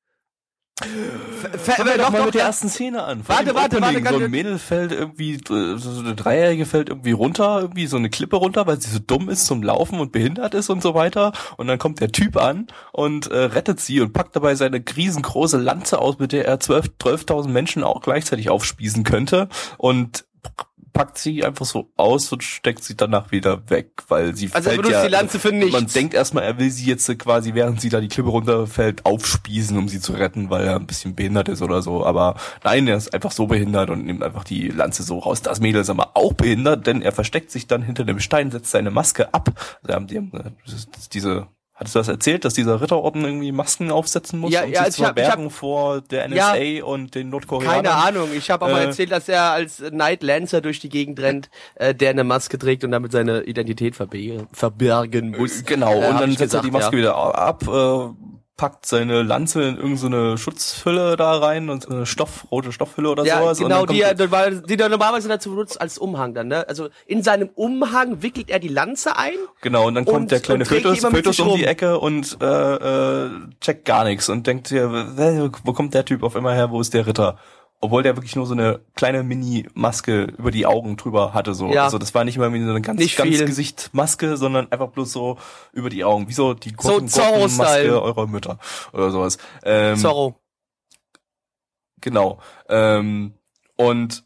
S3: Fangen wir doch mal mit der ersten Szene an.
S2: Warte.
S3: So ein Mädel fällt irgendwie, so eine Dreijährige fällt irgendwie runter, irgendwie so eine Klippe runter, weil sie so dumm ist zum Laufen und behindert ist und so weiter. Und dann kommt der Typ an und rettet sie und packt dabei seine riesengroße Lanze aus, mit der er 12.000 Menschen auch gleichzeitig aufspießen könnte. Und packt sie einfach so aus und steckt sie danach wieder weg, weil sie
S2: also
S3: fällt
S2: die Lanze für nichts.
S3: Man denkt erstmal, er will sie jetzt quasi, während sie da die Klippe runterfällt, aufspießen, um sie zu retten, weil er ein bisschen behindert ist oder so. Aber nein, er ist einfach so behindert und nimmt einfach die Lanze so raus. Das Mädel ist aber auch behindert, denn er versteckt sich dann hinter dem Stein, setzt seine Maske ab. Hattest du das erzählt, dass dieser Ritterorden irgendwie Masken aufsetzen muss,
S2: ja,
S3: um
S2: ja,
S3: sich zu verbergen vor der NSA und den Nordkoreanern?
S2: Keine Ahnung. Ich habe auch mal erzählt, dass er als Night Lancer durch die Gegend rennt, der eine Maske trägt und damit seine Identität verbergen muss.
S3: Genau, und dann setzt er die Maske wieder ab, packt seine Lanze in irgendeine Schutzhülle da rein und eine rote Stoffhülle oder sowas.
S2: Genau,
S3: und
S2: die er normalerweise dazu benutzt als Umhang dann, ne? Also in seinem Umhang wickelt er die Lanze ein.
S3: Genau, und dann kommt der kleine Fötus um die Ecke und checkt gar nichts und denkt sich, wo kommt der Typ auf einmal her, wo ist der Ritter? Obwohl der wirklich nur so eine kleine Mini-Maske über die Augen drüber hatte, so. Ja. Also das war nicht mal wie so eine ganz Gesicht-Maske, sondern einfach bloß so über die Augen. Wie so die Maske eurer Mütter oder sowas.
S2: Zorro.
S3: Genau. Und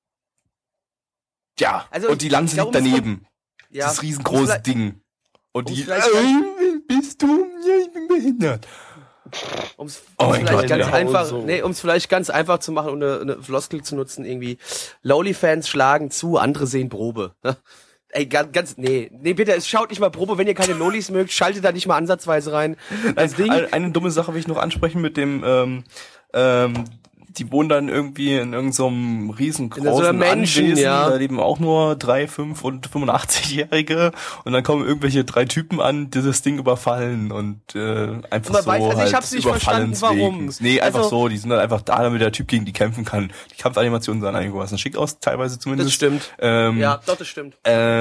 S3: ja, also, und die Lanze liegt daneben. Ja. Das riesengroße Ding. Und die bist du? Ja, ich bin behindert.
S2: Um es vielleicht ganz einfach zu machen und eine Floskel zu nutzen, irgendwie Lowly-Fans schlagen zu, andere sehen Probe. Ey, nee, bitte, schaut nicht mal Probe, wenn ihr keine Lolis mögt, schaltet da nicht mal ansatzweise rein.
S3: Eine dumme Sache will ich noch ansprechen mit dem die wohnen dann irgendwie in irgendeinem riesengroßen Anwesen, da leben auch nur 3, 5 und 85-Jährige und dann kommen irgendwelche 3 Typen an, die das Ding überfallen und einfach so
S2: ich hab's nicht verstanden, warum.
S3: Nee, einfach so, die sind dann einfach da, damit der Typ gegen die kämpfen kann. Die Kampfanimationen sahen einigermaßen schick aus, teilweise zumindest.
S2: Das stimmt. Das stimmt.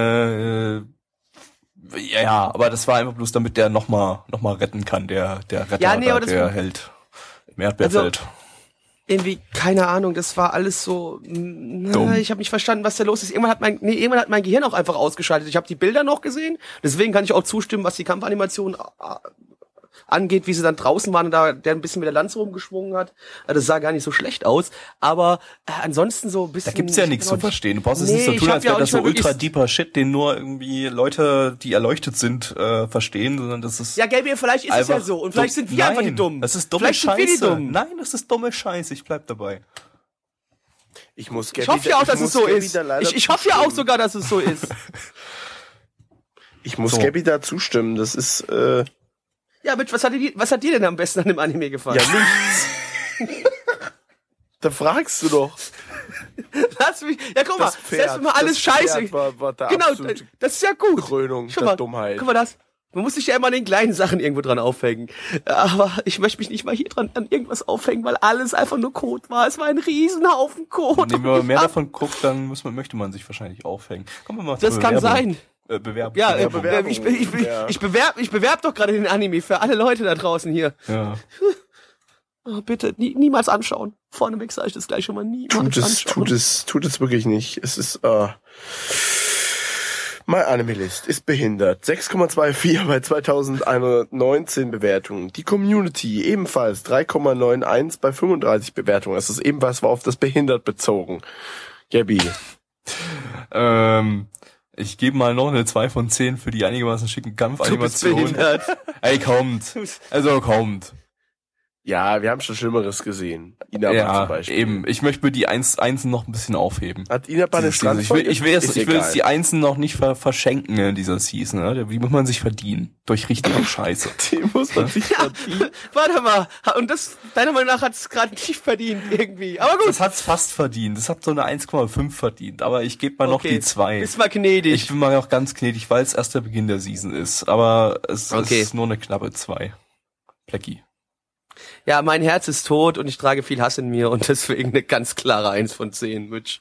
S3: Ja, aber das war einfach bloß, damit der noch mal retten kann, der Retter, der Held im Erdbeerfeld.
S2: Irgendwie, keine Ahnung, das war alles so, ich habe nicht verstanden, was da los ist. Irgendwann hat mein Gehirn auch einfach ausgeschaltet. Ich habe die Bilder noch gesehen, deswegen kann ich auch zustimmen, was die Kampfanimation angeht, wie sie dann draußen waren und da der ein bisschen mit der Lanze rumgeschwungen hat. Das sah gar nicht so schlecht aus, aber ansonsten so ein bisschen...
S3: Da gibt's ja nichts zu verstehen. Du brauchst es nicht so tun, als wäre das so ultra deeper Shit, den nur irgendwie Leute, die erleuchtet sind, verstehen, sondern das ist...
S2: Ja, Gabriel, vielleicht ist es ja so und vielleicht sind wir einfach die Dummen.
S3: Das ist dumme Scheiße. Nein, das ist dumme Scheiße. Ich bleib dabei.
S2: Ich hoffe ja auch, dass es so ist. Ich hoffe ja auch sogar, dass es so ist.
S4: Ich muss Gabby da zustimmen. Das ist...
S2: Ja, Mitch, was hat dir denn am besten an dem Anime gefallen?
S4: Ja, nichts. Da fragst du doch.
S2: Lass mich. Ja, guck mal, selbst wenn mal alles scheiße.
S4: War
S2: genau, das ist ja gut.
S4: Krönung der Dummheit.
S2: Guck mal, man muss sich ja immer an den kleinen Sachen irgendwo dran aufhängen. Aber ich möchte mich nicht mal hier dran an irgendwas aufhängen, weil alles einfach nur Kot war. Es war ein Riesenhaufen Kot.
S3: Wenn man mehr davon guckt, dann möchte man sich wahrscheinlich aufhängen. Kommen wir mal
S2: zur Bewerbung. Das kann sein.
S3: Bewerben.
S2: Ja, ich bewerb doch gerade den Anime für alle Leute da draußen hier.
S3: Ja.
S2: Oh, bitte, niemals anschauen. Vorneweg sage ich das gleich schon mal, niemals anschauen.
S4: Tut es wirklich nicht. Es ist, My Anime List ist behindert. 6,24 bei 2119 Bewertungen. Die Community ebenfalls 3,91 bei 35 Bewertungen. Es ist ebenfalls auf das behindert bezogen. Gabi.
S3: Ich gebe mal noch eine 2 von 10 für die einigermaßen schicken Kampfanimationen. Ey, kommt. Also kommt.
S4: Ja, wir haben schon Schlimmeres gesehen.
S3: Inaba zum Beispiel. Eben. Ich möchte mir die Einsen noch ein bisschen aufheben.
S4: Hat Inaba eine Strandfolge?
S3: Ich will jetzt die Einsen noch nicht verschenken in dieser Season. Ne? Die muss man sich verdienen. Durch richtige Scheiße.
S4: Die muss man sich verdienen.
S2: Warte mal. Und das, deiner Meinung nach, hat es gerade nicht verdient irgendwie. Aber gut.
S3: Das hat's fast verdient. Das hat so eine 1,5 verdient. Aber ich gebe mal noch die 2.
S2: Bist mal gnädig.
S3: Ich bin mal auch ganz gnädig, weil es erst der Beginn der Season ist. Aber es ist nur eine knappe 2. Plecki.
S2: Ja, mein Herz ist tot und ich trage viel Hass in mir und deswegen eine ganz klare 1 von 10, Mitch.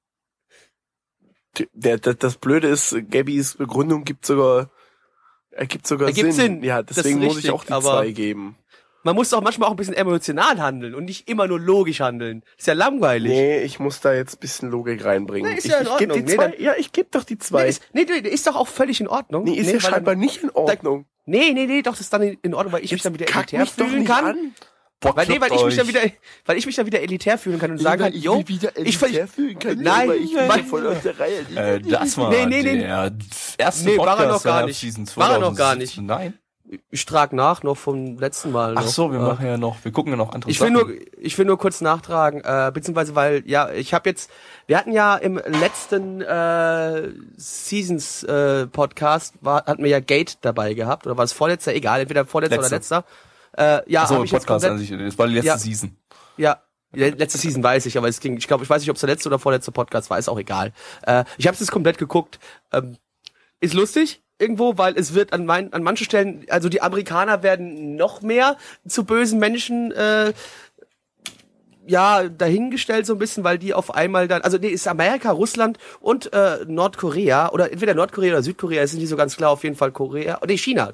S4: Das Blöde ist, Gabbys Begründung ergibt sogar Sinn. Ja, deswegen muss ich auch die 2 geben.
S2: Man muss doch manchmal auch ein bisschen emotional handeln und nicht immer nur logisch handeln. Ist ja langweilig.
S4: Nee, ich muss da jetzt ein bisschen Logik reinbringen.
S2: Nee, ist ja in Ordnung.
S4: Ich geb die 2. Ich gebe doch die 2.
S2: Ist doch auch völlig in Ordnung.
S4: Nee, ist ja scheinbar nicht in Ordnung.
S2: Nee, doch, das ist dann in Ordnung, weil ich mich dann wieder elitär fühlen kann.
S3: Boah,
S2: weil ich mich dann wieder elitär fühlen kann und sagen kann, jo, ich fühlen kann. Nein,
S4: ich bin voll aus der Reihe.
S3: Das war der erste
S2: Podcast
S3: war
S2: er noch gar nicht.
S3: Season 2017.
S2: War er noch gar nicht.
S3: Nein.
S2: Ich trage nach noch vom letzten Mal.
S3: Ach so, wir gucken ja noch andere Sachen.
S2: Ich will nur kurz nachtragen, beziehungsweise weil, wir hatten ja im letzten Seasons Podcast, hatten wir ja Gate dabei gehabt, oder war es vorletzter? Egal, entweder vorletzter oder letzter.
S3: So, Podcast an sich, das war die letzte Season.
S2: Ja, letzte Season weiß ich, aber ich weiß nicht, ob es der letzte oder vorletzte Podcast war, ist auch egal. Ich habe es jetzt komplett geguckt. Ist lustig irgendwo, weil es wird an manchen Stellen, also die Amerikaner werden noch mehr zu bösen Menschen dahingestellt so ein bisschen, weil die auf einmal dann, ist Amerika, Russland und Nordkorea, oder entweder Nordkorea oder Südkorea, sind die so ganz klar, auf jeden Fall China.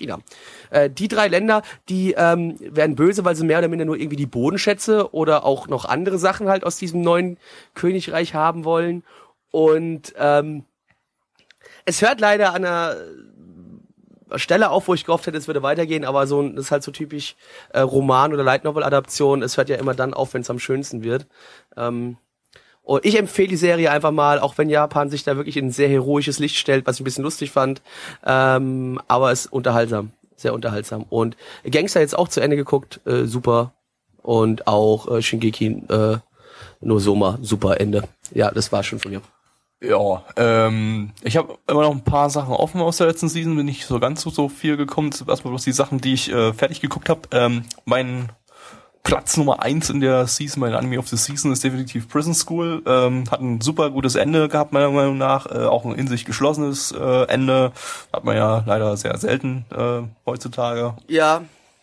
S2: Die 3 Länder, die werden böse, weil sie mehr oder minder nur irgendwie die Bodenschätze oder auch noch andere Sachen halt aus diesem neuen Königreich haben wollen. Und es hört leider an einer Stelle auf, wo ich gehofft hätte, es würde weitergehen, aber das ist halt so typisch Roman- oder Light Novel-Adaption. Es hört ja immer dann auf, wenn es am schönsten wird. Und ich empfehle die Serie einfach mal, auch wenn Japan sich da wirklich in ein sehr heroisches Licht stellt, was ich ein bisschen lustig fand. Aber es ist unterhaltsam, sehr unterhaltsam. Und Gangster jetzt auch zu Ende geguckt, super. Und auch Shingeki no Soma, super Ende. Ja, das war schon von mir.
S3: Ja, ich habe immer noch ein paar Sachen offen aus der letzten Season, bin nicht so ganz so viel gekommen. Erstmal bloß die Sachen, die ich fertig geguckt habe. Mein Platz Nummer 1 in der Season, mein Anime of the Season, ist definitiv Prison School. Hat ein super gutes Ende gehabt, meiner Meinung nach. Auch ein in sich geschlossenes Ende. Hat man ja leider sehr selten heutzutage.
S2: Ja.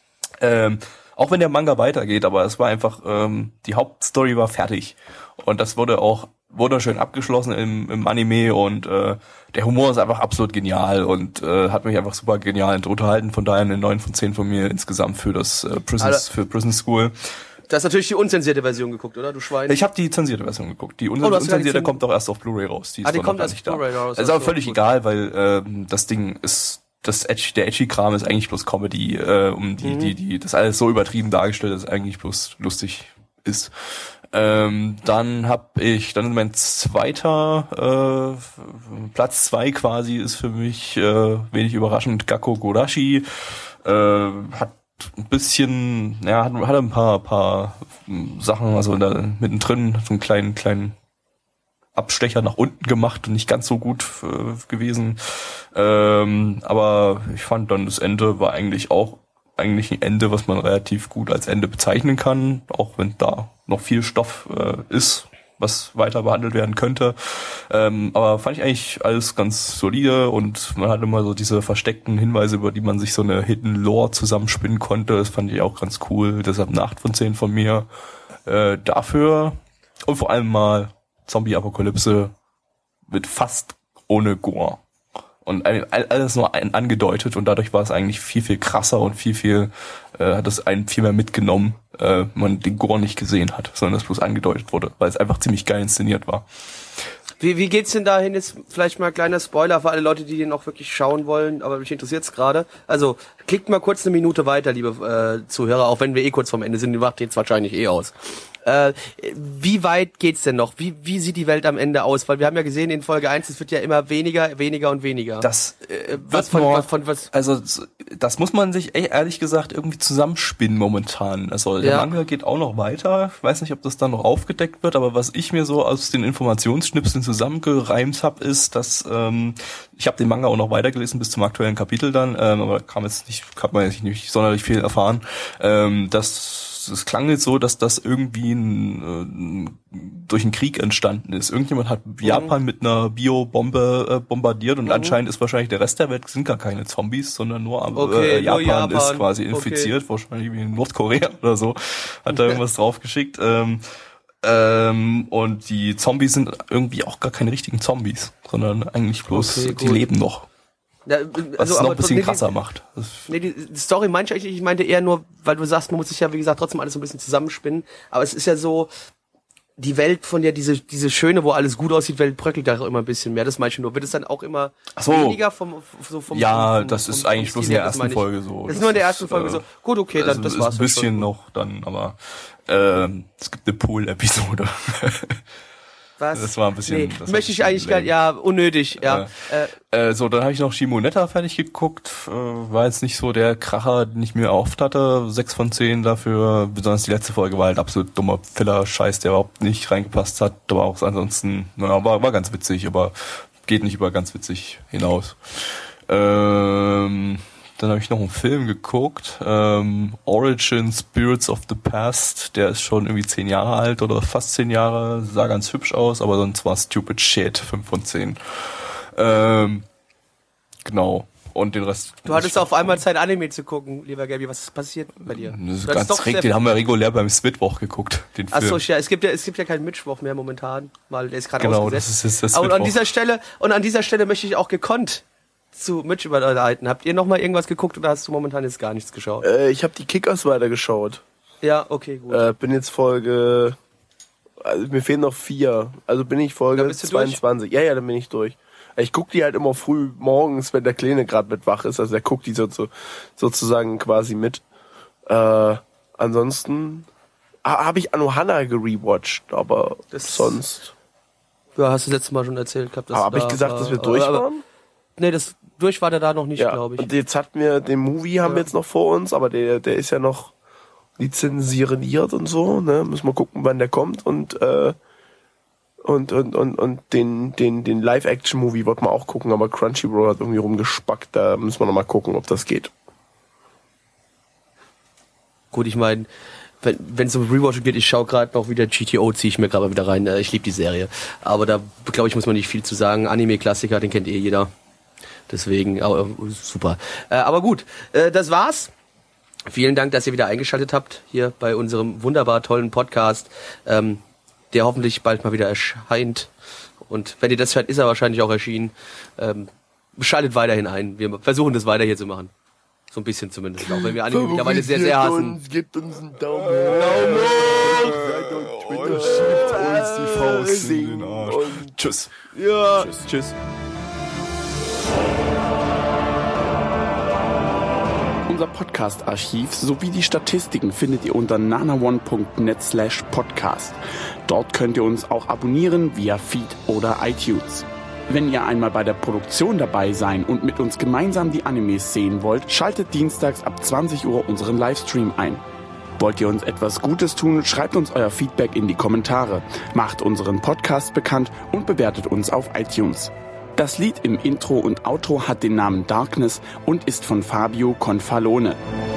S3: Auch wenn der Manga weitergeht, aber es war einfach, die Hauptstory war fertig. Und das wurde auch wunderschön abgeschlossen im Anime und der Humor ist einfach absolut genial und hat mich einfach super genial unterhalten. Von daher eine 9 von 10 von mir insgesamt für das Prison School.
S2: Du hast natürlich die unzensierte Version geguckt, oder? Du Schwein.
S3: Ich habe die zensierte Version geguckt. Die unzensierte kommt doch erst auf Bluray raus. Die
S2: kommt erst auf Bluray raus.
S3: Das ist aber völlig egal, weil das Ding ist der Edgy-Kram ist eigentlich bloß Comedy, das alles so übertrieben dargestellt, dass es eigentlich bloß lustig ist. Dann mein zweiter Platz 2 quasi ist für mich wenig überraschend Gakkou Gorashi. Hat ein bisschen, hat ein paar Sachen, also da mittendrin so einen kleinen Abstecher nach unten gemacht und nicht ganz so gut gewesen. Aber ich fand dann das Ende war eigentlich ein Ende, was man relativ gut als Ende bezeichnen kann, auch wenn da noch viel Stoff ist, was weiter behandelt werden könnte. Aber fand ich eigentlich alles ganz solide und man hatte immer so diese versteckten Hinweise, über die man sich so eine Hidden Lore zusammenspinnen konnte. Das fand ich auch ganz cool. Deshalb eine 8 von 10 von mir dafür. Und vor allem mal Zombie-Apokalypse mit fast ohne Gore. Und alles nur angedeutet und dadurch war es eigentlich viel, viel krasser und hat es einen viel mehr mitgenommen, man den Gore nicht gesehen hat, sondern das bloß angedeutet wurde, weil es einfach ziemlich geil inszeniert war.
S2: Wie geht's denn dahin? Jetzt vielleicht mal ein kleiner Spoiler für alle Leute, die den auch wirklich schauen wollen, aber mich interessiert's gerade. Also, klickt mal kurz eine Minute weiter, liebe Zuhörer, auch wenn wir kurz vorm Ende sind, die macht jetzt wahrscheinlich aus. Wie weit geht's denn noch? Wie sieht die Welt am Ende aus? Weil wir haben ja gesehen in Folge 1, es wird ja immer weniger und weniger.
S3: Das
S2: was?
S3: Also das muss man sich ehrlich gesagt irgendwie zusammenspinnen momentan. Also der Manga geht auch noch weiter. Ich weiß nicht, ob das dann noch aufgedeckt wird, aber was ich mir so aus den Informationsschnipseln zusammengereimt habe, ist, dass ich habe den Manga auch noch weitergelesen bis zum aktuellen Kapitel dann, aber kann man jetzt nicht sonderlich viel erfahren, es klang jetzt so, dass das irgendwie durch einen Krieg entstanden ist. Irgendjemand hat Japan mit einer Biobombe bombardiert und anscheinend ist wahrscheinlich der Rest der Welt sind gar keine Zombies, sondern nur Japan ist quasi infiziert, wahrscheinlich wie in Nordkorea oder so. Hat da irgendwas draufgeschickt. Und die Zombies sind irgendwie auch gar keine richtigen Zombies, sondern eigentlich bloß, die leben noch.
S2: Ja,
S3: was es noch ein bisschen krasser macht.
S2: Die Story meinte ich eigentlich, ich meinte eher nur, weil du sagst, man muss sich ja, wie gesagt, trotzdem alles so ein bisschen zusammenspinnen. Aber es ist ja so, die Welt von der, diese schöne, wo alles gut aussieht, Welt bröckelt da auch immer ein bisschen mehr. Das manche nur. Wird es dann auch immer weniger vom
S3: das ist eigentlich bloß in der ersten Folge so.
S2: Das ist nur in der ersten Folge so. Gut, okay, dann das war's.
S3: Ein bisschen noch dann, aber es gibt eine Pool-Episode.
S2: Was?
S3: Das war ein bisschen...
S2: Nee, möchte ich eigentlich gar nicht, ja, unnötig, ja.
S3: So, dann habe ich noch Shimonetta fertig geguckt. War jetzt nicht so der Kracher, den ich mir erhofft hatte. 6 von 10 dafür. Besonders die letzte Folge war halt absolut dummer Filler-Scheiß, der überhaupt nicht reingepasst hat. Aber auch ansonsten, war ganz witzig, aber geht nicht über ganz witzig hinaus. Dann habe ich noch einen Film geguckt, Origin Spirits of the Past, der ist schon irgendwie 10 Jahre alt oder fast 10 Jahre, sah ganz hübsch aus, aber sonst war Stupid Shit, 5 von 10. Genau. Und den Rest...
S2: Du hattest auf einmal Zeit, Anime zu gucken, lieber Gabi. Was ist passiert bei dir?
S3: Das ist ganz den haben wir regulär beim Mittwoch geguckt, den Film.
S2: Achso, ja, es gibt ja keinen Mittwoch mehr momentan, weil der ist gerade ausgesetzt.
S3: Das ist das
S2: und an dieser Stelle möchte ich auch gekonnt zu Mitch überleiten. Habt ihr noch mal irgendwas geguckt oder hast du momentan jetzt gar nichts geschaut?
S4: Ich habe die Kickers weitergeschaut.
S2: Ja, okay, gut.
S4: Bin jetzt Folge... Also mir fehlen noch 4. Also bin ich Folge 22. Ja, dann bin ich durch. Ich guck die halt immer früh morgens, wenn der Kleine gerade mit wach ist. Also der guckt die sozusagen quasi mit. Ansonsten habe ich Anohana gerewatcht, aber sonst...
S2: Ja, hast du das letzte Mal schon erzählt gehabt.
S4: Habe ich gesagt, dass wir durch waren?
S2: Nee, durch war der da noch nicht, glaube ich. Und
S4: jetzt hatten wir den Movie haben wir jetzt noch vor uns, aber der ist ja noch lizenziert und so, ne? Müssen wir gucken, wann der kommt und den Live-Action-Movie wollten wir auch gucken, aber Crunchyroll hat irgendwie rumgespackt, da müssen wir noch mal gucken, ob das geht.
S2: Gut, ich meine, wenn es um Rewatch geht, ich schaue gerade noch wieder GTO, ziehe ich mir gerade wieder rein. Ich liebe die Serie. Aber da, glaube ich, muss man nicht viel zu sagen. Anime-Klassiker, den kennt jeder. Deswegen, super. Aber gut, das war's. Vielen Dank, dass ihr wieder eingeschaltet habt hier bei unserem wunderbar tollen Podcast, der hoffentlich bald mal wieder erscheint. Und wenn ihr das hört, ist er wahrscheinlich auch erschienen. Schaltet weiterhin ein. Wir versuchen das weiter hier zu machen. So ein bisschen zumindest. Auch wenn wir Anime mittlerweile sehr, sehr hassen.
S4: Gebt uns einen Daumen hoch. Twitter schiebt uns die Faust in den Arsch.
S3: Tschüss.
S4: Ja.
S3: Tschüss.
S5: Unser Podcast-Archiv sowie die Statistiken findet ihr unter nanaone.net/podcast. Dort könnt ihr uns auch abonnieren via Feed oder iTunes. Wenn ihr einmal bei der Produktion dabei sein und mit uns gemeinsam die Animes sehen wollt, schaltet dienstags ab 20 Uhr unseren Livestream ein. Wollt ihr uns etwas Gutes tun, schreibt uns euer Feedback in die Kommentare, macht unseren Podcast bekannt und bewertet uns auf iTunes. Das Lied im Intro und Outro hat den Namen Darkness und ist von Fabio Confalone.